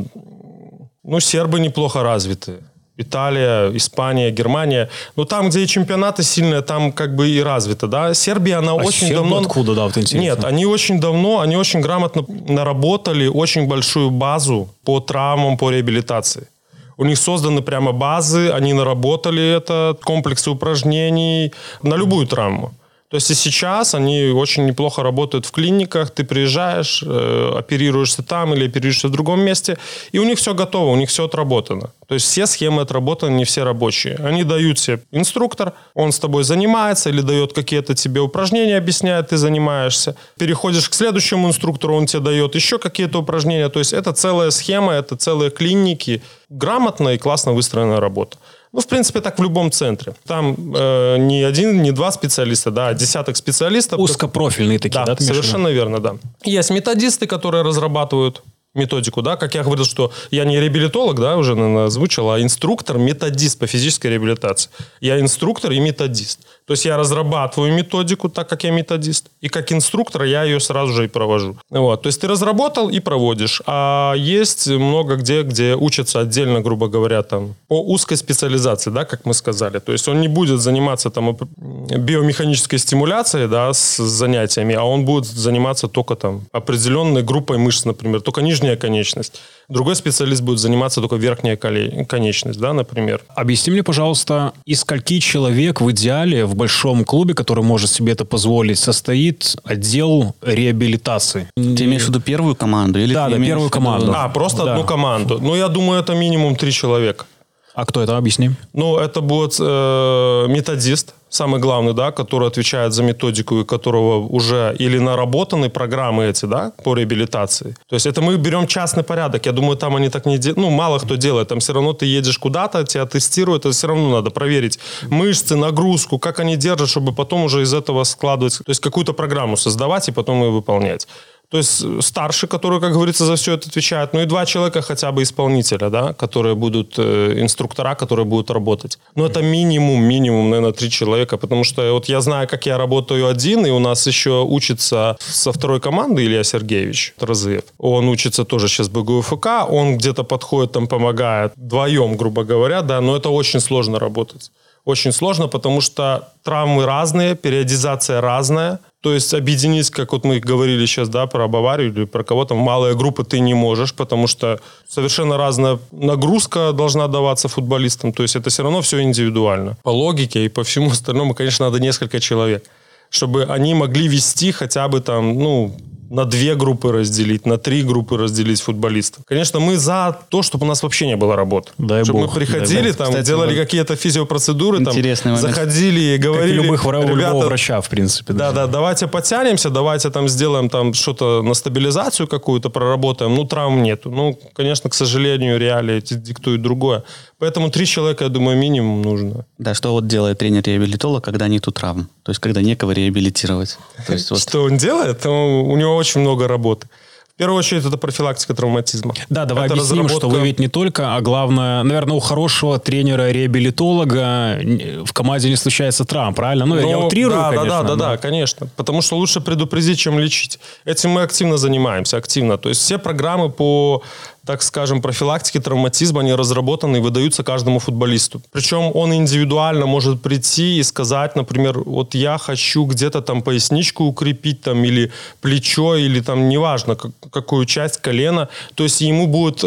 ну, сербы неплохо развиты. Италия, Испания, Германия. Но там, где и чемпионаты сильные, там как бы и развито, да. Сербия, она очень давно... откуда, да, вот интересно? Нет, они очень давно, они очень грамотно наработали очень большую базу по травмам, по реабилитации. У них созданы прямо базы, они наработали это, комплексы упражнений на любую травму. То есть и сейчас они очень неплохо работают в клиниках, ты приезжаешь, оперируешься там или оперируешься в другом месте, и у них все готово, у них все отработано. То есть все схемы отработаны, не все рабочие. Они дают тебе инструктор, он с тобой занимается или дает какие-то тебе упражнения, объясняет, ты занимаешься. Переходишь к следующему инструктору, он тебе дает еще какие-то упражнения. То есть это целая схема, это целые клиники, грамотная и классно выстроенная работа. Ну, в принципе, так в любом центре. Там не один, не 2 специалиста, да, а десяток специалистов. Узкопрофильные такие, да? Совершенно верно, да. Есть методисты, которые разрабатывают методику, да, как я говорил, что я не реабилитолог, да, уже, наверное, озвучил, а инструктор, методист по физической реабилитации. Я инструктор и методист. То есть я разрабатываю методику, так как я методист, и как инструктор я ее сразу же и провожу. Вот. То есть ты разработал и проводишь. А есть много где учатся отдельно, грубо говоря, там, по узкой специализации, да, как мы сказали. То есть он не будет заниматься там биомеханической стимуляцией, да, с занятиями, а он будет заниматься только там определенной группой мышц, например, только нижняя конечность. Другой специалист будет заниматься только верхняя конечность, да, например. Объясни мне, пожалуйста, из скольки человек в идеале в большом клубе, который может себе это позволить, состоит отдел реабилитации? Ты имеешь в виду первую команду? Или да, первую команду. Просто одну команду. Ну, я думаю, это минимум 3 человека. А кто это? Объясни. Ну, это будет методист, самый главный, да, который отвечает за методику, и которого уже или наработаны программы эти, да, по реабилитации. То есть это мы берем частный порядок. Я думаю, там они так не делают. Ну, мало кто делает. Там все равно ты едешь куда-то, тебя тестируют, это все равно надо проверить мышцы, нагрузку, как они держат, чтобы потом уже из этого складывать, то есть какую-то программу создавать и потом ее выполнять. То есть старший, который, как говорится, за все это отвечает. Ну и 2 человека хотя бы исполнителя, да, которые будут инструктора, которые будут работать. Ну это минимум, наверное, 3 человека, потому что вот я знаю, как я работаю один, и у нас еще учится со 2-й команды Илья Сергеевич Разыев. Он учится тоже сейчас в БГУФК, он где-то подходит, там помогает вдвоем, грубо говоря, да, но это очень сложно работать. Очень сложно, потому что травмы разные, периодизация разная. То есть объединить, как вот мы говорили сейчас, да, про Баварию или про кого-то, в малые группы ты не можешь, потому что совершенно разная нагрузка должна даваться футболистам. То есть это все равно все индивидуально. По логике и по всему остальному, конечно, надо несколько человек, чтобы они могли вести хотя бы там, ну, на 2 группы разделить, на 3 группы разделить футболистов. Конечно, мы за то, чтобы у нас вообще не было работы. Дай чтобы бог, мы приходили, там, кстати, делали какие-то физиопроцедуры, там, заходили и говорили... Как любого врача, в принципе. Да, давайте подтянемся, давайте там сделаем там что-то на стабилизацию какую-то, проработаем. Ну, травм нету. Ну, конечно, к сожалению, реалии диктуют другое. Поэтому 3 человека, я думаю, минимум нужно. Да, что вот делает тренер-реабилитолог, когда нету травм? То есть, когда некого реабилитировать. То есть, вот... Что он делает? У него очень много работы. В первую очередь, это профилактика травматизма. Да, давай объясним, что вы ведь не только, а главное, наверное, у хорошего тренера-реабилитолога в команде не случается травм, правильно? Ну, я утрирую, конечно. Да, конечно. Потому что лучше предупредить, чем лечить. Этим мы активно занимаемся, активно. То есть все программы по, так скажем, профилактике травматизма, они разработаны и выдаются каждому футболисту. Причем он индивидуально может прийти и сказать, например, вот я хочу где-то там поясничку укрепить, там, или плечо, или там, неважно, какую часть колена. То есть ему будет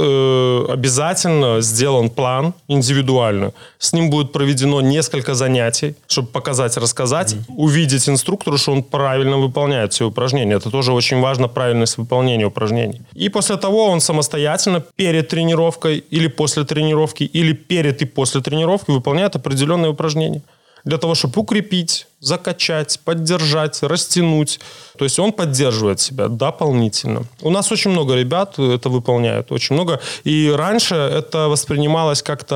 обязательно сделан план индивидуально. С ним будет проведено несколько занятий, чтобы показать, рассказать, увидеть инструктору, что он правильно выполняет все упражнения. Это тоже очень важно, правильность выполнения упражнений. И после того он самостоятельно перед тренировкой или после тренировки, или перед и после тренировки выполняет определенные упражнения. Для того, чтобы укрепить, закачать, поддержать, растянуть. То есть он поддерживает себя дополнительно. У нас очень много ребят это выполняют, очень много. И раньше это воспринималось как-то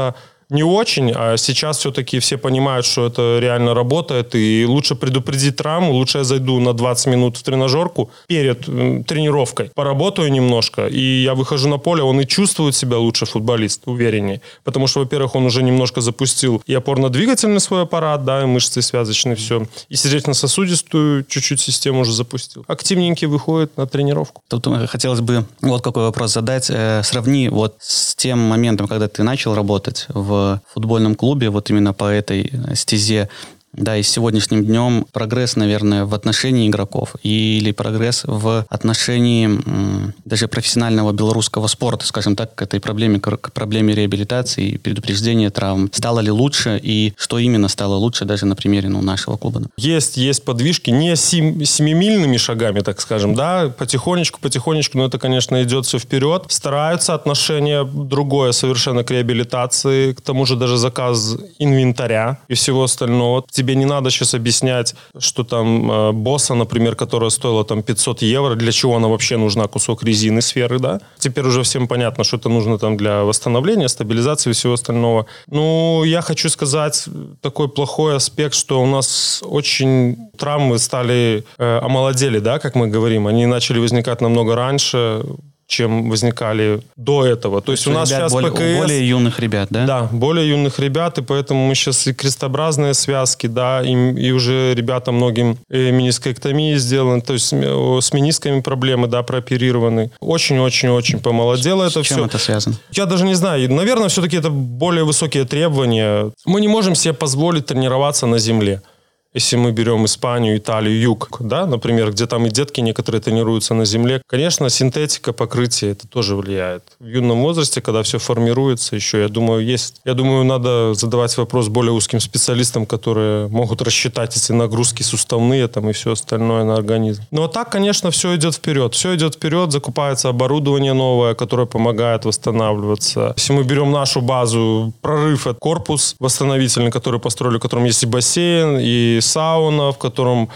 не очень, а сейчас все-таки все понимают, что это реально работает, и лучше предупредить травму, лучше я зайду на 20 минут в тренажерку перед тренировкой, поработаю немножко, и я выхожу на поле, он и чувствует себя лучше, футболист, увереннее, потому что, во-первых, он уже немножко запустил и опорно-двигательный свой аппарат, да, и мышцы связочные, все, и сердечно-сосудистую чуть-чуть систему уже запустил. Активненький выходит на тренировку. Тут хотелось бы вот какой вопрос задать. Сравни вот с тем моментом, когда ты начал работать в футбольном клубе, вот именно по этой стезе, да, и с сегодняшним днем прогресс, наверное, в отношении игроков или прогресс в отношении даже профессионального белорусского спорта, скажем так, к этой проблеме, к проблеме реабилитации и предупреждения травм. Стало ли лучше и что именно стало лучше даже на примере нашего клуба? Есть подвижки, не семимильными шагами, так скажем, да, потихонечку, но это, конечно, идет все вперед. Стараются, отношение другое совершенно к реабилитации, к тому же даже заказ инвентаря и всего остального. Тебе не надо сейчас объяснять, что там босса, например, которая стоила там 500 евро, для чего она вообще нужна, кусок резины сферы, да? Теперь уже всем понятно, что это нужно там для восстановления, стабилизации и всего остального. Ну, я хочу сказать такой плохой аспект, что у нас очень травмы стали омолодели, да, как мы говорим. Они начали возникать намного раньше, чем возникали до этого. То есть у нас сейчас ПКС... Более юных ребят, да? Да, более юных ребят, и поэтому мы сейчас и крестообразные связки, да, и уже ребятам многим менискэктомии сделаны, то есть с менисками проблемы, да, прооперированы. Очень-очень-очень помолодело это все. С чем это связано? Я даже не знаю. Наверное, все-таки это более высокие требования. Мы не можем себе позволить тренироваться на земле. Если мы берем Испанию, Италию, юг, да, например, где там и детки некоторые тренируются на земле, конечно, синтетика, покрытие, это тоже влияет. В юном возрасте, когда все формируется еще, я думаю, надо задавать вопрос более узким специалистам, которые могут рассчитать эти нагрузки суставные там и все остальное на организм. Но так, конечно, все идет вперед, закупается оборудование новое, которое помогает восстанавливаться. Если мы берем нашу базу, прорыв, это корпус восстановительный, который построили, в котором есть и бассейн, и сауна, в котором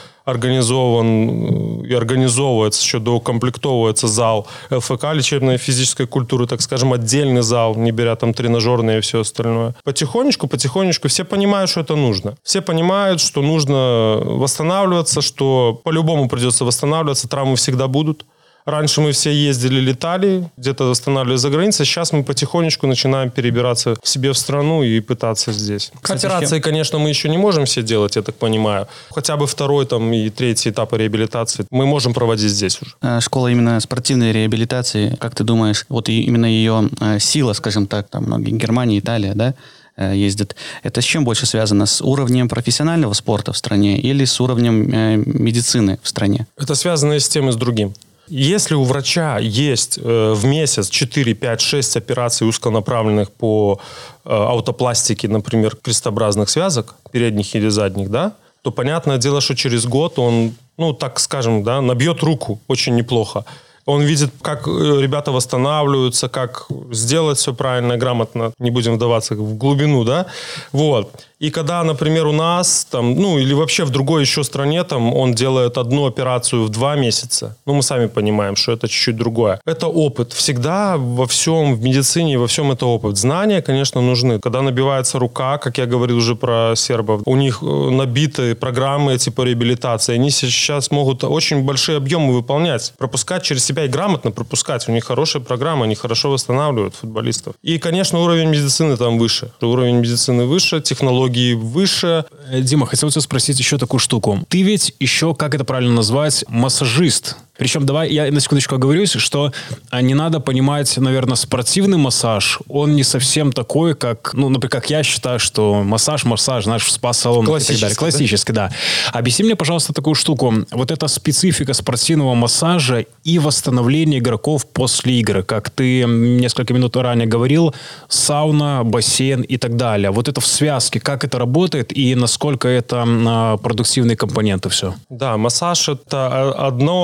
организован и организовывается, еще доукомплектовывается зал ЛФК, лечебной физической культуры, так скажем, отдельный зал, не беря там тренажерные и все остальное. Потихонечку все понимают, что это нужно. Все понимают, что нужно восстанавливаться, что по-любому придется восстанавливаться, травмы всегда будут. Раньше мы все ездили, летали, где-то восстанавливали за границей. Сейчас мы потихонечку начинаем перебираться к себе в страну и пытаться здесь. Кстати, операции, конечно, мы еще не можем все делать, я так понимаю. Хотя бы второй там, и третий этапы реабилитации мы можем проводить здесь уже. Школа именно спортивной реабилитации, как ты думаешь, вот именно ее сила, скажем так, там многие Германия, Италия, да, ездят. Это с чем больше связано? С уровнем профессионального спорта в стране или с уровнем медицины в стране? Это связано и с тем, и с другим. Если у врача есть в месяц 4, 5, 6 операций узконаправленных по аутопластике, например, крестообразных связок, передних или задних, да, то понятное дело, что через год он, так скажем, да, набьет руку очень неплохо. Он видит, как ребята восстанавливаются, как сделать все правильно, грамотно. Не будем вдаваться в глубину, да? Вот. И когда, например, у нас, там, или вообще в другой еще стране, там, он делает одну операцию в 2 месяца, мы сами понимаем, что это чуть-чуть другое. Это опыт. Всегда во всем, в медицине, во всем это опыт. Знания, конечно, нужны. Когда набивается рука, как я говорил уже про сербов, у них набиты программы эти по реабилитации, они сейчас могут очень большие объемы выполнять, пропускать через себя и грамотно пропускать. У них хорошая программа, они хорошо восстанавливают футболистов. И, конечно, уровень медицины там выше. Уровень медицины выше, технологии выше. Дима, хотел тебя спросить еще такую штуку. Ты ведь еще, как это правильно назвать, массажист. Причем, давай я на секундочку оговорюсь, что не надо понимать, наверное, спортивный массаж, он не совсем такой, как, например, как я считаю, что массаж, знаешь, в спа-салонах и так далее. Классический, да. Объясни мне, пожалуйста, такую штуку. Вот эта специфика спортивного массажа и восстановления игроков после игры, как ты несколько минут ранее говорил, сауна, бассейн и так далее. Вот это в связке, как это работает и насколько это продуктивные компоненты все? Да, массаж – это одно из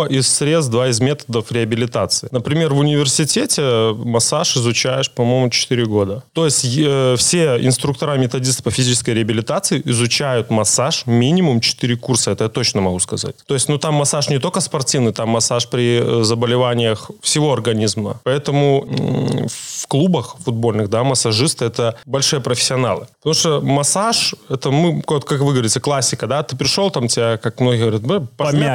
средств, да, из методов реабилитации. Например, в университете массаж изучаешь, по-моему, 4 года. То есть все инструктора-методисты по физической реабилитации изучают массаж минимум 4 курса, это я точно могу сказать. То есть, там массаж не только спортивный, там массаж при заболеваниях всего организма. Поэтому в клубах футбольных, да, массажисты — это большие профессионалы. Потому что массаж, это как вы говорите, классика, да, ты пришел, там тебя, как многие говорят,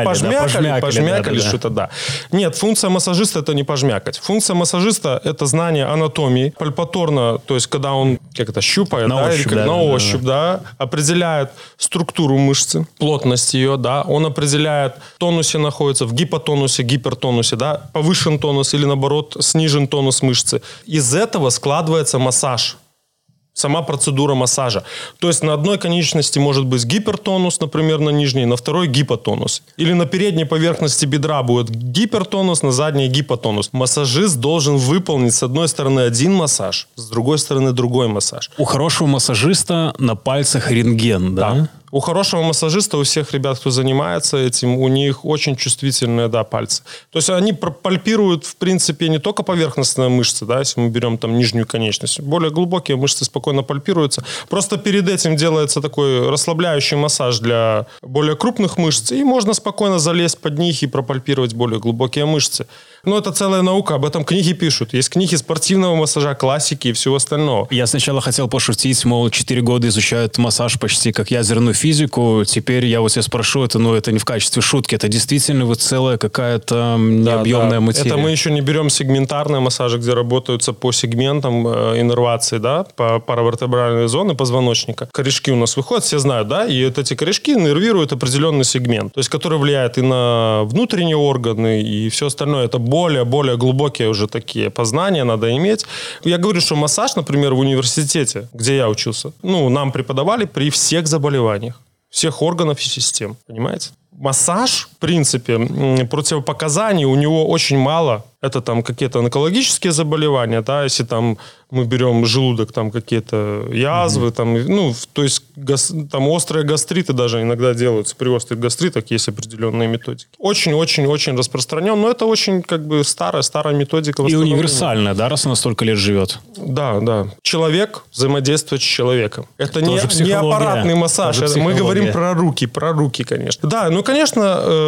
пожмякали, что-то, да. Нет, функция массажиста — это не пожмякать. Функция массажиста — это знание анатомии, пальпаторно, то есть когда он щупает, на ощупь, или на ощупь, да, определяет структуру мышцы, плотность ее, да, он определяет, в тонусе находится, в гипотонусе, гипертонусе, да, повышен тонус или, наоборот, снижен тонус мышцы. Из этого складывается массаж. Сама процедура массажа. То есть на одной конечности может быть гипертонус, например, на нижней, на второй гипотонус. Или на передней поверхности бедра будет гипертонус, на задней гипотонус. Массажист должен выполнить с одной стороны один массаж, с другой стороны другой массаж. У хорошего массажиста на пальцах рентген, да? У хорошего массажиста, у всех ребят, кто занимается этим, у них очень чувствительные, да, пальцы. То есть они пальпируют, в принципе, не только поверхностные мышцы, да, если мы берем там нижнюю конечность. Более глубокие мышцы спокойно пальпируются. Просто перед этим делается такой расслабляющий массаж для более крупных мышц, и можно спокойно залезть под них и пропальпировать более глубокие мышцы. Но это целая наука, об этом книги пишут. Есть книги спортивного массажа, классики и всего остального. Я сначала хотел пошутить, мол, 4 года изучают массаж почти как ядерную физику. Теперь я вот тебя спрошу, это не в качестве шутки, это действительно целая какая-то необъемная материя. Это мы еще не берем сегментарные массажи, где работаются по сегментам иннервации, да, по паравертебральной зоне позвоночника. Корешки у нас выходят, все знают, да, и вот эти корешки нервируют определенный сегмент, то есть который влияет и на внутренние органы, и все остальное. Это более глубокие уже такие познания надо иметь. Я говорю, что массаж, например, в университете, где я учился, нам преподавали при всех заболеваниях, всех органов и систем, понимаете? Массаж, в принципе, противопоказаний у него очень мало. Это там какие-то онкологические заболевания, да, если там мы берем желудок, там какие-то язвы, там, то есть там острые гастриты даже иногда делаются. При острых гастритах есть определенные методики. Очень-очень-очень распространен, но это очень старая методика. И универсальная, да, раз она столько лет живет? Да. Человек взаимодействует с человеком. Это не аппаратный массаж. Мы говорим про руки, конечно. Да, конечно,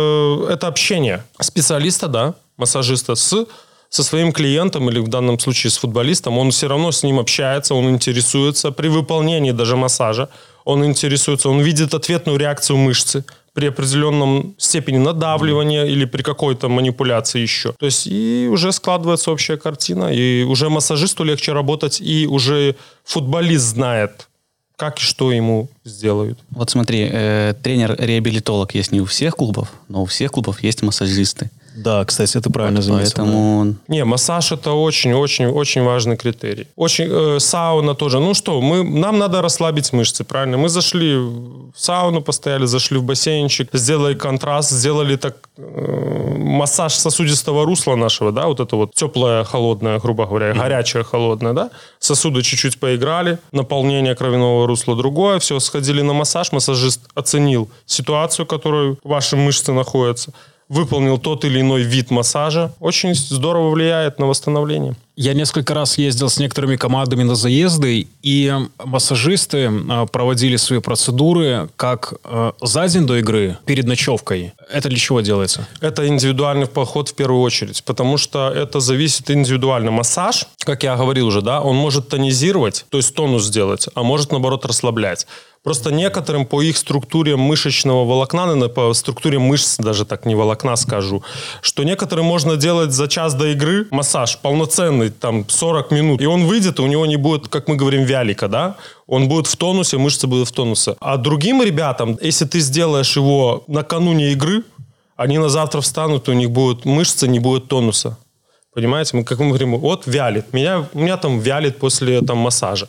это общение специалиста, да, массажиста со своим клиентом или в данном случае с футболистом, он все равно с ним общается, он интересуется при выполнении даже массажа, он интересуется, он видит ответную реакцию мышцы при определенном степени надавливания или при какой-то манипуляции еще. То есть и уже складывается общая картина, и уже массажисту легче работать, и уже футболист знает, как и что ему сделают. Вот смотри, тренер-реабилитолог есть не у всех клубов, но у всех клубов есть массажисты. Да, кстати, это правильно заметил. Поэтому... Не, массаж это очень-очень-очень важный критерий. Сауна тоже. Нам надо расслабить мышцы, правильно? Мы зашли в сауну, постояли, зашли в бассейнчик, сделали контраст, сделали массаж сосудистого русла нашего, да, вот это вот теплое, холодное, грубо говоря, горячее, холодное, да. Сосуды чуть-чуть поиграли, наполнение кровяного русла другое, все, сходили на массаж, массажист оценил ситуацию, в которой ваши мышцы находятся, выполнил тот или иной вид массажа, очень здорово влияет на восстановление. Я несколько раз ездил с некоторыми командами на заезды, и массажисты проводили свои процедуры как за день до игры, перед ночевкой. Это для чего делается? Это индивидуальный подход в первую очередь, потому что это зависит индивидуально. Массаж, как я говорил уже, да, он может тонизировать, то есть тонус сделать, а может, наоборот, расслаблять. Просто некоторым по их структуре мышечного волокна, по структуре мышц, даже так не волокна скажу, что некоторым можно делать за час до игры массаж полноценный, там 40 минут, и он выйдет, и у него не будет, как мы говорим, вялика, да? Он будет в тонусе, мышцы будут в тонусе. А другим ребятам, если ты сделаешь его накануне игры, они на завтра встанут, и у них будут мышцы, не будет тонуса. Понимаете? Как мы говорим, вот вялит. У меня там вялит после массажа.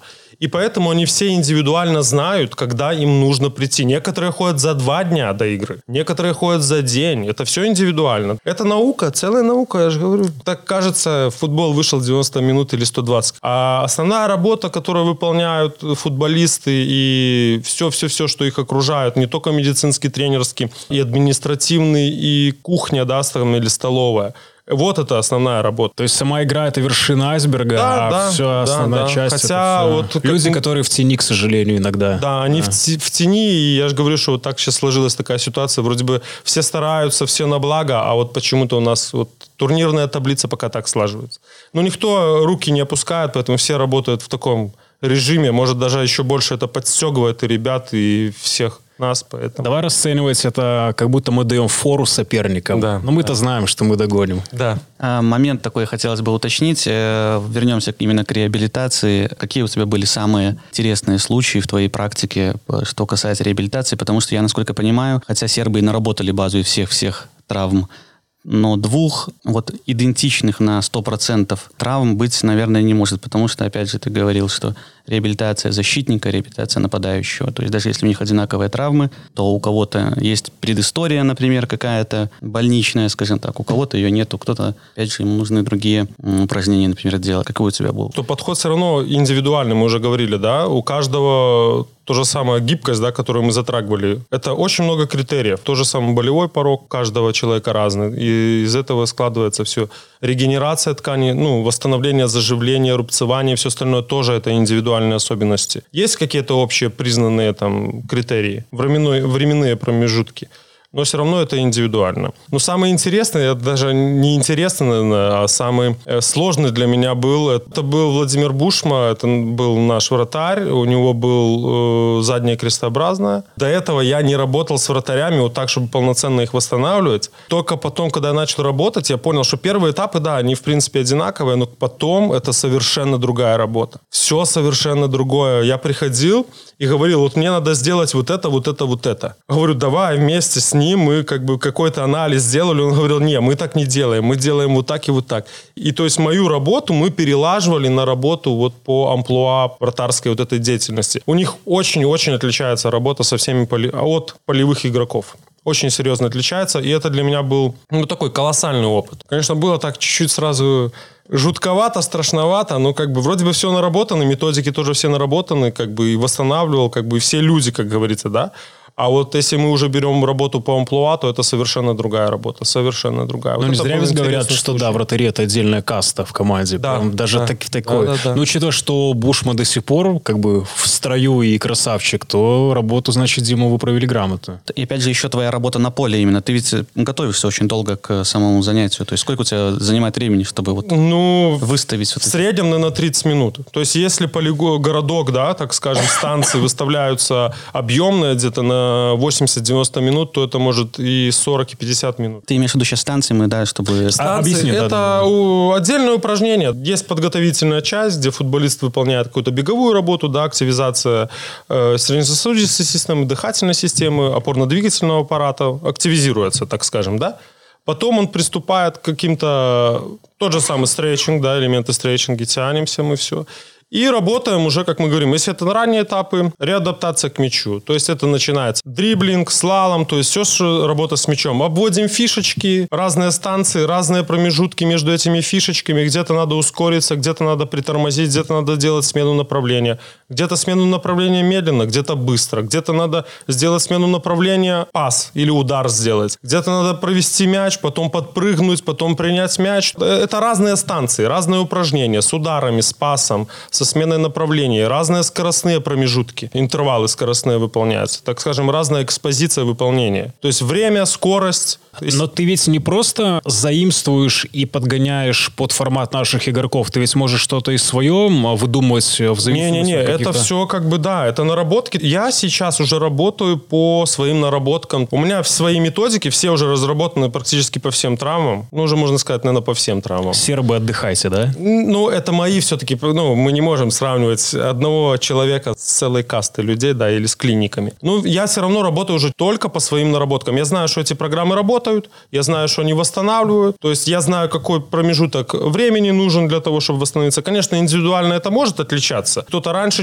И поэтому они все индивидуально знают, когда им нужно прийти. Некоторые ходят за 2 дня до игры, некоторые ходят за день. Это все индивидуально. Это наука, целая наука, я же говорю. Так кажется, футбол вышел 90 минут или 120. А основная работа, которую выполняют футболисты и все, что их окружает, не только медицинский, тренерский, и административный, и кухня, да, или столовая. Вот это основная работа. То есть сама игра — это вершина айсберга, все основная часть. Хотя вот люди, которые в тени, к сожалению, иногда. Да, они в тени, и я же говорю, что вот так сейчас сложилась такая ситуация. Вроде бы все стараются, все на благо, а вот почему-то у нас вот турнирная таблица пока так слаживается. Но никто руки не опускает, поэтому все работают в таком режиме. Может, даже еще больше это подстегивает и ребят, и всех нас, поэтому... Давай расценивать это, как будто мы даем фору соперникам. Да, но мы-то знаем, что мы догоним. Да. Момент такой хотелось бы уточнить. Вернемся именно к реабилитации. Какие у тебя были самые интересные случаи в твоей практике, что касается реабилитации? Потому что я, насколько понимаю, хотя сербы и наработали базу и всех травм, но 2 вот идентичных на 100% травм быть, наверное, не может, потому что, опять же, ты говорил, что реабилитация защитника, реабилитация нападающего. То есть даже если у них одинаковые травмы, то у кого-то есть предыстория, например, какая-то больничная, скажем так, у кого-то ее нету, кто-то, опять же, ему нужны другие упражнения, например, делать. Какой у тебя был? То подход все равно индивидуальный, мы уже говорили, да, у каждого то же самое гибкость, да, которую мы затрагивали. Это очень много критериев. То же самое болевой порог каждого человека разный. И из этого складывается все. Регенерация ткани, восстановление, заживление, рубцевание, все остальное тоже это индивидуальные особенности. Есть какие-то общие признанные там критерии, временные промежутки. Но все равно это индивидуально. Но самое интересное, даже не интересно, наверное, а самый сложный для меня это был Владимир Бушма, это был наш вратарь, у него был заднее крестообразное. До этого я не работал с вратарями вот так, чтобы полноценно их восстанавливать. Только потом, когда я начал работать, я понял, что первые этапы, да, они в принципе одинаковые, но потом это совершенно другая работа. Все совершенно другое. Я приходил и говорил, вот мне надо сделать вот это, вот это, вот это. Говорю, давай вместе с ним мы как бы какой-то анализ сделали. Он говорил, не, мы так не делаем, мы делаем вот так и вот так. И то есть мою работу мы перелаживали на работу вот по амплуа вратарской вот этой деятельности. У них очень-очень отличается работа со всеми от полевых игроков. Очень серьезно отличается, и это для меня был такой колоссальный опыт. Конечно, было так чуть-чуть сразу жутковато, страшновато, но как бы вроде бы все наработано, методики тоже все наработаны, как бы и восстанавливал, как бы и все люди, как говорится, да. А вот если мы уже берем работу по амплуа, то это совершенно другая работа, совершенно другая. Ну, вот не зря ведь говорят, что да, вратари — это отдельная каста в команде. Да, прям даже да, такой. да. Но учитывая, что Бушма до сих пор как бы в строю и красавчик, то работу, значит, Диму вы провели грамотно. И опять же, еще твоя работа на поле именно. Ты ведь готовишься очень долго к самому занятию. То есть сколько у тебя занимает времени, чтобы вот выставить? В среднем, наверное, 30 минут. То есть если городок, да, так скажем, станции выставляются объемные где-то на 80-90 минут, то это может и 40, и 50 минут. Ты имеешь в виду сейчас станции, чтобы... Станции — это отдельное упражнение. Есть подготовительная часть, где футболист выполняет какую-то беговую работу, да, активизация сердечно-сосудистой системы, дыхательной системы, опорно-двигательного аппарата, активизируется, так скажем, да. Потом он приступает к каким-то... Тот же самый стретчинг, да, элементы стретчинга, тянемся мы все. И работаем уже, как мы говорим, если это на ранние этапы, реадаптация к мячу. То есть это начинается дриблинг, слалом, то есть все, что работа с мячом. Обводим фишечки, разные станции, разные промежутки между этими фишечками. Где-то надо ускориться, где-то надо притормозить, где-то надо делать смену направления. Где-то смену направления медленно, где-то быстро. Где-то надо сделать смену направления, пас или удар сделать. Где-то надо провести мяч, потом подпрыгнуть, потом принять мяч. Это разные станции, разные упражнения с ударами, с пасом, со сменой направления, разные скоростные промежутки, интервалы скоростные выполняются, так скажем, разная экспозиция выполнения. То есть время, скорость. Но ты ведь не просто заимствуешь и подгоняешь под формат наших игроков, ты ведь можешь что-то и своем выдумывать в зависимости Не, от каких-то... это все как бы, да, это наработки. Я сейчас уже работаю по своим наработкам. У меня свои методики, все уже разработаны практически по всем травмам. Ну, уже можно сказать, наверное, по всем травмам. Сербы, отдыхайте, да? Ну, это мои все-таки, мы не можем сравнивать одного человека с целой кастой людей, да, или с клиниками. Ну, я все равно работаю уже только по своим наработкам. Я знаю, что эти программы работают, я знаю, что они восстанавливают, то есть я знаю, какой промежуток времени нужен для того, чтобы восстановиться. Конечно, индивидуально это может отличаться. Кто-то раньше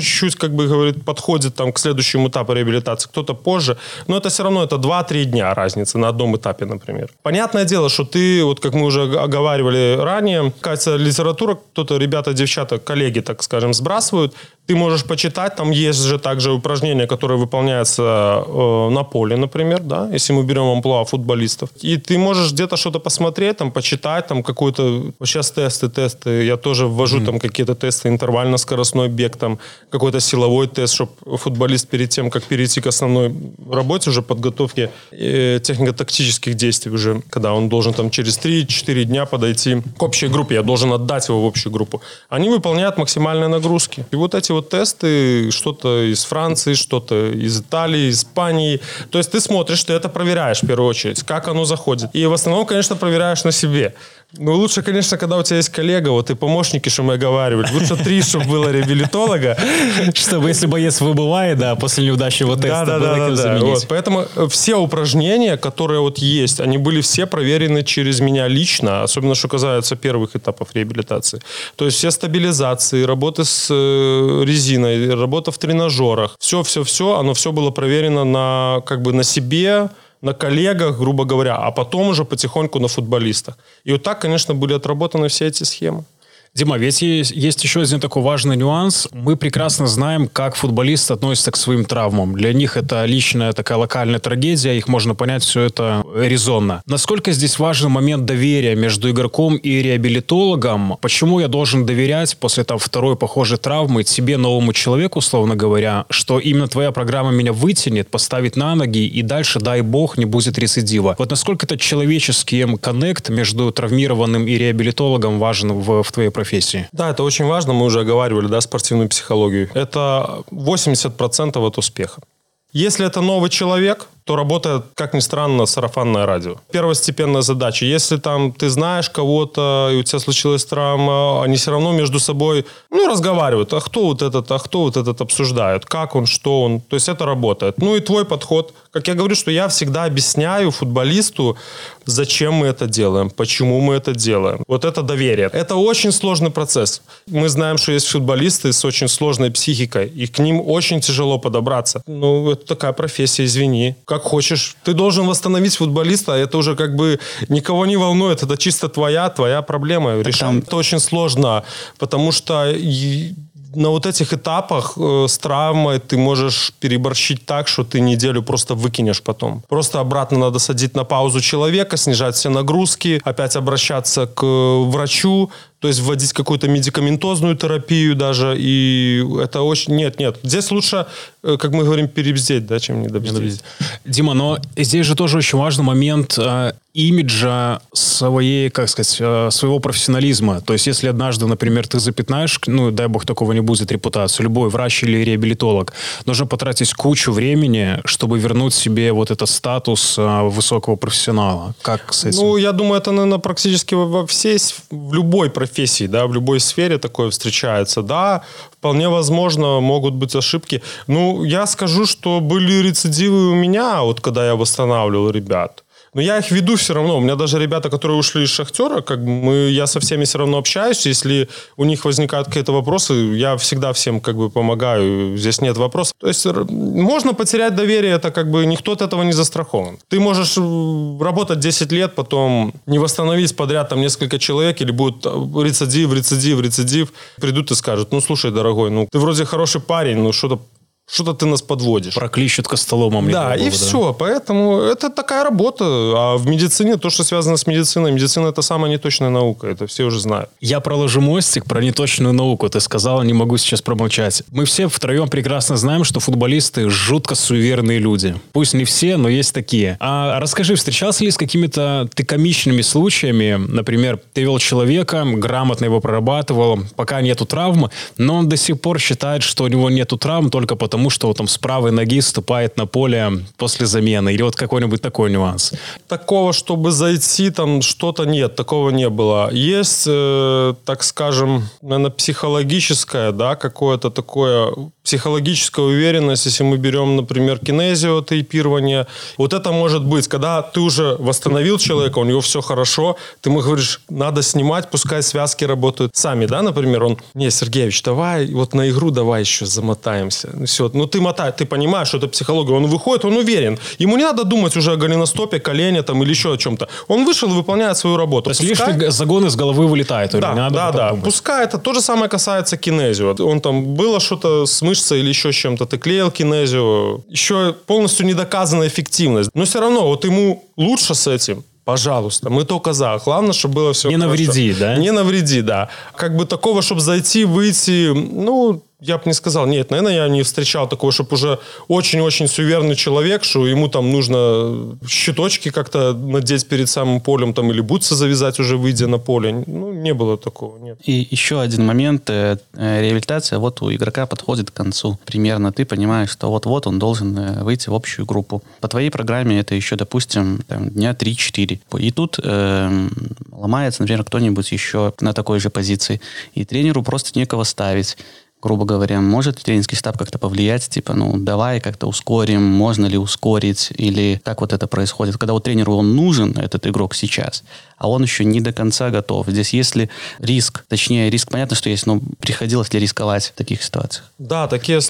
чуть-чуть, как бы говорит, подходит там к следующему этапу реабилитации, кто-то позже, но это все равно это 2-3 дня разница на одном этапе, например. Понятное дело, что ты, вот как мы уже оговаривали ранее, кажется, литература, кто-то, ребята, девчата, коллеги, так скажем, сбрасывают, ты можешь почитать, там есть же также упражнения, которые выполняются на поле, например, да, если мы берем амплуа футболистов. И ты можешь где-то что-то посмотреть, там, почитать, там, какой-то... Сейчас тесты, я тоже ввожу там какие-то тесты, интервально-скоростной бег, там, какой-то силовой тест, чтобы футболист перед тем, как перейти к основной работе, уже подготовке технико-тактических действий уже, когда он должен там через 3-4 дня подойти к общей группе, я должен отдать его в общую группу. Они выполняют максимальные нагрузки. И вот эти вот тесты, что-то из Франции, что-то из Италии, Испании. То есть ты смотришь, ты это проверяешь в первую очередь, как оно заходит. И в основном, конечно, проверяешь на себе. Ну, лучше, конечно, когда у тебя есть коллега, вот и помощники, что мы оговаривали. Лучше 3, чтобы было реабилитолога. Чтобы, если боец выбывает, да, после неудачного теста, было кем заменить. Поэтому все упражнения, которые вот есть, они были все проверены через меня лично, особенно, что касается первых этапов реабилитации. То есть все стабилизации, работы с резиной, работа в тренажерах, все, оно все было проверено на, как бы, на себе, на коллегах, грубо говоря, а потом уже потихоньку на футболистах. И вот так, конечно, были отработаны все эти схемы. Дима, ведь есть еще один такой важный нюанс. Мы прекрасно знаем, как футболисты относятся к своим травмам. Для них это личная такая локальная трагедия, их можно понять, все это резонно. Насколько здесь важен момент доверия между игроком и реабилитологом? Почему я должен доверять после там второй похожей травмы тебе, новому человеку, условно говоря, что именно твоя программа меня вытянет, поставит на ноги, и дальше, дай бог, не будет рецидива? Вот насколько этот человеческий коннект между травмированным и реабилитологом важен в твоей профессии? Да, это очень важно, мы уже оговаривали, да, спортивную психологию. Это 80% от успеха. Если это новый человек, то работает, как ни странно, сарафанное радио. Первостепенная задача. Если там ты знаешь кого-то, и у тебя случилась травма, они все равно между собой, разговаривают. А кто вот этот обсуждают? Как он, что он? То есть это работает. Ну и твой подход. Как я говорю, что я всегда объясняю футболисту, зачем мы это делаем, почему мы это делаем. Вот это доверие. Это очень сложный процесс. Мы знаем, что есть футболисты с очень сложной психикой, и к ним очень тяжело подобраться. Это такая профессия, извини. Как хочешь. Ты должен восстановить футболиста, а это уже как бы никого не волнует. Это чисто твоя проблема. Решать это очень сложно, потому что на вот этих этапах с травмой ты можешь переборщить так, что ты неделю просто выкинешь потом. Просто обратно надо садить на паузу человека, снижать все нагрузки, опять обращаться к врачу, то есть вводить какую-то медикаментозную терапию даже. И это очень... Нет. Здесь лучше, как мы говорим, перебздеть, да, чем недобздеть. Дима, но здесь же тоже очень важный момент имиджа своего профессионализма. То есть, если однажды, например, ты запятнаешь, дай бог такого не будет, репутацию, любой врач или реабилитолог, нужно потратить кучу времени, чтобы вернуть себе вот этот статус высокого профессионала. Как с этим? Я думаю, это, наверное, практически в любой профессии, да, в любой сфере такое встречается. Да, вполне возможно, могут быть ошибки. Я скажу, что были рецидивы у меня, вот когда я восстанавливал ребят. Но я их веду все равно. У меня даже ребята, которые ушли из «Шахтера», я со всеми все равно общаюсь. Если у них возникают какие-то вопросы, я всегда всем помогаю. Здесь нет вопросов. То есть можно потерять доверие, это никто от этого не застрахован. Ты можешь работать 10 лет, потом не восстановить подряд несколько человек, или будет рецидив. Придут и скажут, слушай, дорогой, ты вроде хороший парень, что-то ты нас подводишь. Проклищут костоломом. Да, и все. Поэтому это такая работа. А в медицине, то, что связано с медициной, медицина – это самая неточная наука. Это все уже знают. Я проложу мостик про неточную науку. Ты сказала, не могу сейчас промолчать. Мы все втроем прекрасно знаем, что футболисты жутко суеверные люди. Пусть не все, но есть такие. А расскажи, встречался ли с какими-то комичными случаями? Например, ты вел человека, грамотно его прорабатывал, пока нету травмы, но он до сих пор считает, что у него нету травм только потому, тому, что там с правой ноги ступает на поле после замены? Или вот какой-нибудь такой нюанс? Такого, чтобы зайти, там что-то нет, такого не было. Есть, так скажем, наверное, психологическое, да, какое-то такое, психологическая уверенность, если мы берем, например, кинезиотейпирование. Вот это может быть, когда ты уже восстановил человека, у него все хорошо, ты ему говоришь, надо снимать, пускай связки работают сами, да, например, он, не, Сергеевич, давай, вот на игру давай еще замотаемся. Все, ну ты мотай, ты понимаешь, что это психология, он выходит, он уверен, ему не надо думать уже о голеностопе, колене там или еще о чем-то. Он вышел и выполняет свою работу. То есть лишний загон из головы вылетает. Да. Пускай это то же самое касается кинезио. Он там было что-то с мышцей или еще с чем-то, ты клеил кинезио. Еще полностью недоказанная эффективность. Но все равно вот ему лучше с этим. Пожалуйста, мы только за. Главное, чтобы было все хорошо. Не навреди, да? Не навреди, да. Как бы такого, чтобы зайти, выйти, ну, я бы не сказал. Нет, наверное, я не встречал такого, чтобы уже очень-очень суеверный человек, что ему там нужно щиточки как-то надеть перед самым полем там, или бутсы завязать уже, выйдя на поле. Ну, не было такого, нет. И еще один момент. Реабилитация вот у игрока подходит к концу. Примерно ты понимаешь, что вот-вот он должен выйти в общую группу. По твоей программе это еще, допустим, там, дня 3-4. И тут ломается, например, кто-нибудь еще на такой же позиции. И тренеру просто некого ставить. Грубо говоря, может тренерский штаб как-то повлиять, типа, ну, давай как-то ускорим, можно ли ускорить, или как вот это происходит, когда вот тренеру он нужен, этот игрок сейчас, а он еще не до конца готов. Здесь если риск, точнее, риск понятно, что есть, но приходилось ли рисковать в таких ситуациях? Да, такие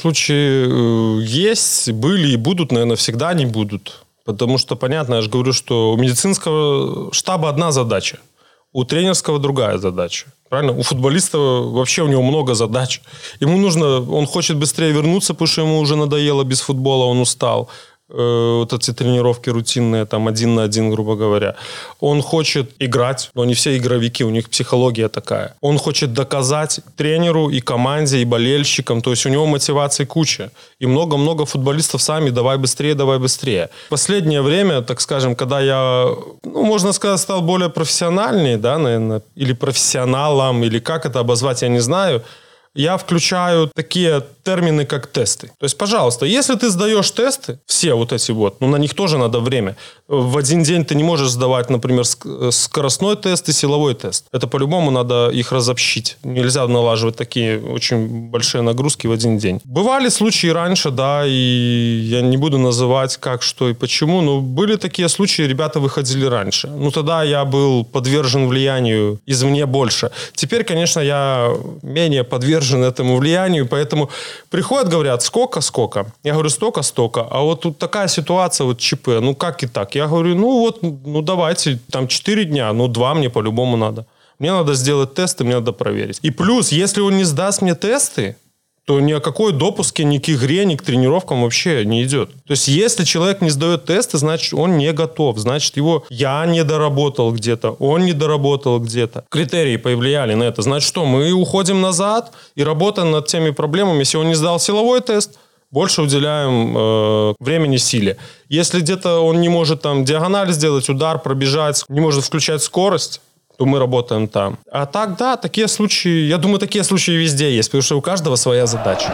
случаи есть, были и будут, наверное, всегда не будут. Потому что, понятно, я же говорю, что у медицинского штаба одна задача, у тренерского другая задача. Правильно? У футболиста вообще у него много задач. Ему нужно, он хочет быстрее вернуться, потому что ему уже надоело без футбола, он устал. Вот эти тренировки рутинные, там, 1 на 1, грубо говоря. Он хочет играть, но не все игровики, у них психология такая. Он хочет доказать тренеру и команде, и болельщикам, то есть у него мотивации куча. И много-много футболистов сами давай быстрее, давай быстрее. В последнее время, так скажем, когда я, ну, можно сказать, стал более профессиональней, да, наверное, или профессионалом, или как это обозвать, я не знаю, я включаю такие термины, как тесты. То есть, пожалуйста, если ты сдаешь тесты, все вот эти вот, ну, на них тоже надо время. В один день ты не можешь сдавать, например, скоростной тест и силовой тест. Это по-любому надо их разобщить. Нельзя налаживать такие очень большие нагрузки в один день. Бывали случаи раньше, да, и я не буду называть как, что и почему, но были такие случаи, ребята выходили раньше. Ну, тогда я был подвержен влиянию извне больше. Теперь, конечно, я менее подвержен этому влиянию, поэтому приходят, говорят, сколько? Я говорю, столько. А вот тут такая ситуация, вот ЧП, ну как и так? Я говорю, ну вот, ну давайте, там 4 дня, ну 2 мне по-любому надо. Мне надо сделать тесты, мне надо проверить. И плюс, если он не сдаст мне тесты, то ни о какой допуске, ни к игре, ни к тренировкам вообще не идет. То есть, если человек не сдает тесты, значит, он не готов. Значит, я не доработал где-то, он не доработал где-то. Критерии повлияли на это. Значит, что? Мы уходим назад и работаем над теми проблемами. Если он не сдал силовой тест, больше уделяем времени силе. Если где-то он не может там диагональ сделать, удар, пробежать, не может включать скорость, то мы работаем там. А так, да, такие случаи, я думаю, такие случаи везде есть, потому что у каждого своя задача.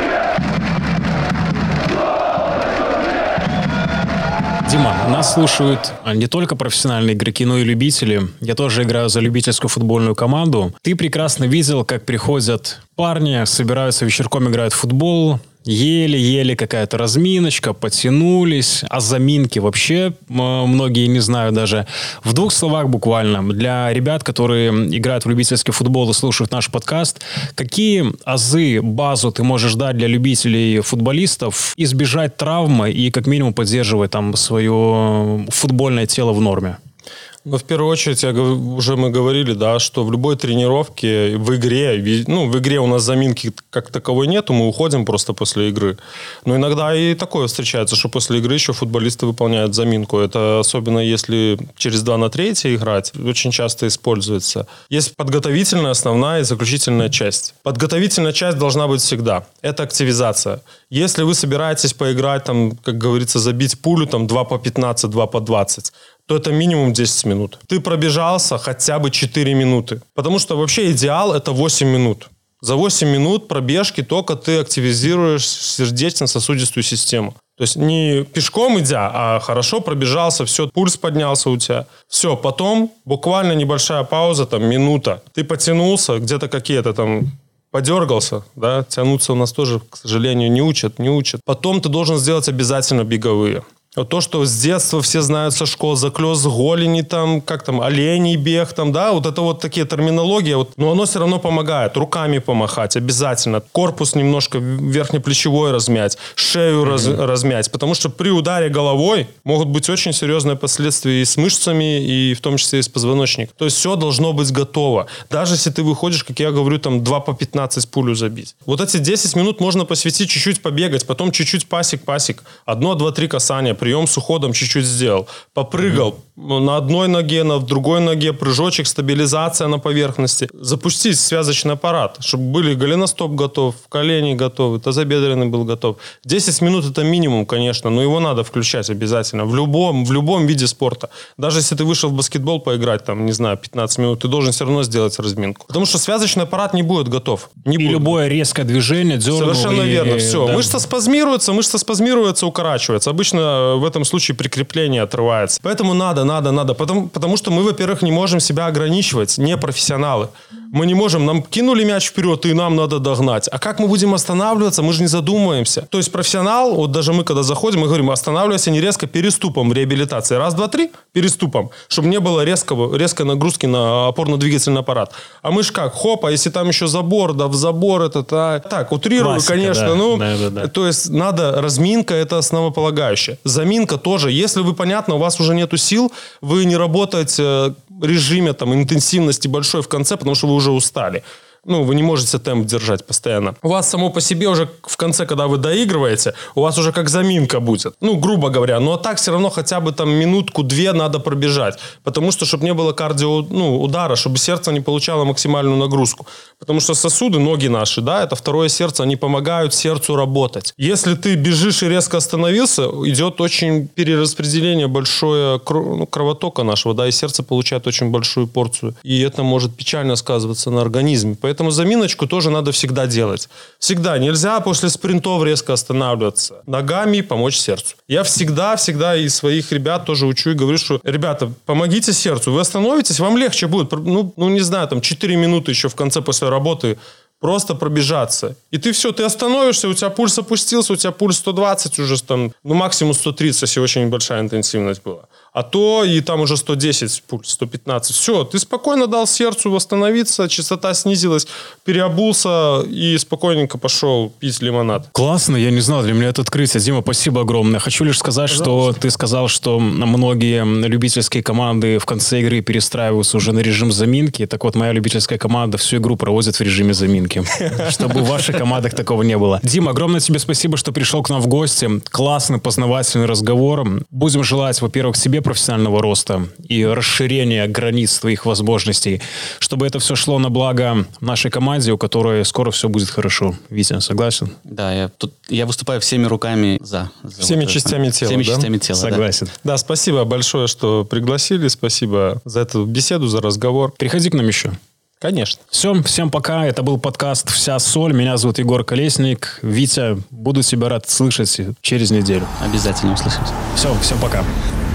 Дима, нас слушают не только профессиональные игроки, но и любители. Я тоже играю за любительскую футбольную команду. Ты прекрасно видел, как приходят парни, собираются вечерком, играют в футбол, еле-еле какая-то разминочка, потянулись, а заминки вообще многие не знают даже. В 2 словах буквально, для ребят, которые играют в любительский футбол и слушают наш подкаст, какие азы, базу ты можешь дать для любителей футболистов, избежать травмы и как минимум поддерживать там свое футбольное тело в норме? Ну, в первую очередь, уже мы говорили, да, что в любой тренировке, в игре у нас заминки как таковой нету, мы уходим просто после игры. Но иногда и такое встречается, что после игры еще футболисты выполняют заминку. Это особенно если через 2 на 3 играть, очень часто используется. Есть подготовительная, основная и заключительная часть. Подготовительная часть должна быть всегда. Это активизация. Если вы собираетесь поиграть, там, как говорится, забить пулю, там, 2 по 15, 2 по 20, то это минимум 10 минут. Ты пробежался хотя бы 4 минуты. Потому что вообще идеал – это 8 минут. За 8 минут пробежки только ты активизируешь сердечно-сосудистую систему. То есть не пешком идя, а хорошо пробежался, все, пульс поднялся у тебя. Все, потом буквально небольшая пауза, там минута. Ты потянулся, где-то какие-то там подергался, да, тянуться у нас тоже, к сожалению, не учат. Потом ты должен сделать обязательно беговые. Вот то, что с детства все знают со школ, заклёс голени, там, как там, оленей бег, там, да, вот это вот такие терминологии, вот, но оно все равно помогает. Руками помахать обязательно, корпус немножко верхнеплечевой размять, шею размять, потому что при ударе головой могут быть очень серьезные последствия и с мышцами, и в том числе и с позвоночником. То есть все должно быть готово. Даже если ты выходишь, как я говорю, там 2 по 15 пулю забить. Вот эти 10 минут можно посвятить чуть-чуть побегать, потом чуть-чуть пасик. 1, 2, 3 касания, прием с уходом чуть-чуть сделал. Попрыгал на одной ноге, на другой ноге, прыжочек, стабилизация на поверхности. Запустить связочный аппарат, чтобы были голеностоп готов, колени готовы, тазобедренный был готов. 10 минут это минимум, конечно, но его надо включать обязательно в любом виде спорта. Даже если ты вышел в баскетбол поиграть, там, не знаю, 15 минут, ты должен все равно сделать разминку. Потому что связочный аппарат не будет готов. Любое резкое движение, дернул. Совершенно верно, все. Да. Мышца спазмируется, укорачивается. Обычно в этом случае прикрепление отрывается. Поэтому надо. Потому что мы, во-первых, не можем себя ограничивать, не профессионалы. Мы не можем, нам кинули мяч вперед, и нам надо догнать. А как мы будем останавливаться, мы же не задумываемся. То есть профессионал, вот даже мы, когда заходим, мы говорим, останавливайся не резко, переступом в реабилитации. 1, 2, 3, переступом. Чтобы не было резкой нагрузки на опорно-двигательный аппарат. А мы ж как, хоп, а если там еще забор, да в забор это... Так, утрирую, классика, конечно. Да. То есть надо, разминка это основополагающее. Заминка тоже. Если вы, понятно, у вас уже нету сил, вы не работаете в режиме там, интенсивности большой в конце, потому что вы уже устали. Вы не можете темп держать постоянно. У вас само по себе уже в конце, когда вы доигрываете, у вас уже как заминка будет. Грубо говоря. Но так все равно хотя бы там минутку-две надо пробежать. Потому что, чтобы не было удара, чтобы сердце не получало максимальную нагрузку. Потому что сосуды, ноги наши, да, это второе сердце, они помогают сердцу работать. Если ты бежишь и резко остановился, идет очень перераспределение большое кровотока нашего, да, и сердце получает очень большую порцию. И это может печально сказываться на организме. Поэтому заминочку тоже надо всегда делать. Всегда. Нельзя после спринтов резко останавливаться. Ногами помочь сердцу. Я всегда и своих ребят тоже учу и говорю, что, ребята, помогите сердцу. Вы остановитесь, вам легче будет. Не знаю, там 4 минуты еще в конце после работы просто пробежаться. И ты все, ты остановишься, у тебя пульс опустился, у тебя пульс 120 уже там, максимум 130, если очень большая интенсивность была. А то и там уже 110 пульс, 115. Все, ты спокойно дал сердцу восстановиться, частота снизилась, переобулся и спокойненько пошел пить лимонад. Классно, я не знал, для меня это открытие. Дима, спасибо огромное. Хочу лишь сказать, что ты сказал, что многие любительские команды в конце игры перестраиваются уже на режим заминки. Так вот, моя любительская команда всю игру проводит в режиме заминки. Чтобы в ваших командах такого не было. Дима, огромное тебе спасибо, что пришел к нам в гости. Классный, познавательный разговор. Будем желать, во-первых, себе профессионального роста и расширения границ твоих возможностей, чтобы это все шло на благо нашей команде, у которой скоро все будет хорошо. Витя, согласен? Да, я выступаю всеми руками за всеми частями тела. Всеми частями тела, согласен. Да, спасибо большое, что пригласили. Спасибо за эту беседу, за разговор. Приходи к нам еще. Конечно. Все, всем пока. Это был подкаст «Вся соль». Меня зовут Егор Колесник. Витя, буду тебя рад слышать через неделю. Обязательно услышимся. Все, всем пока.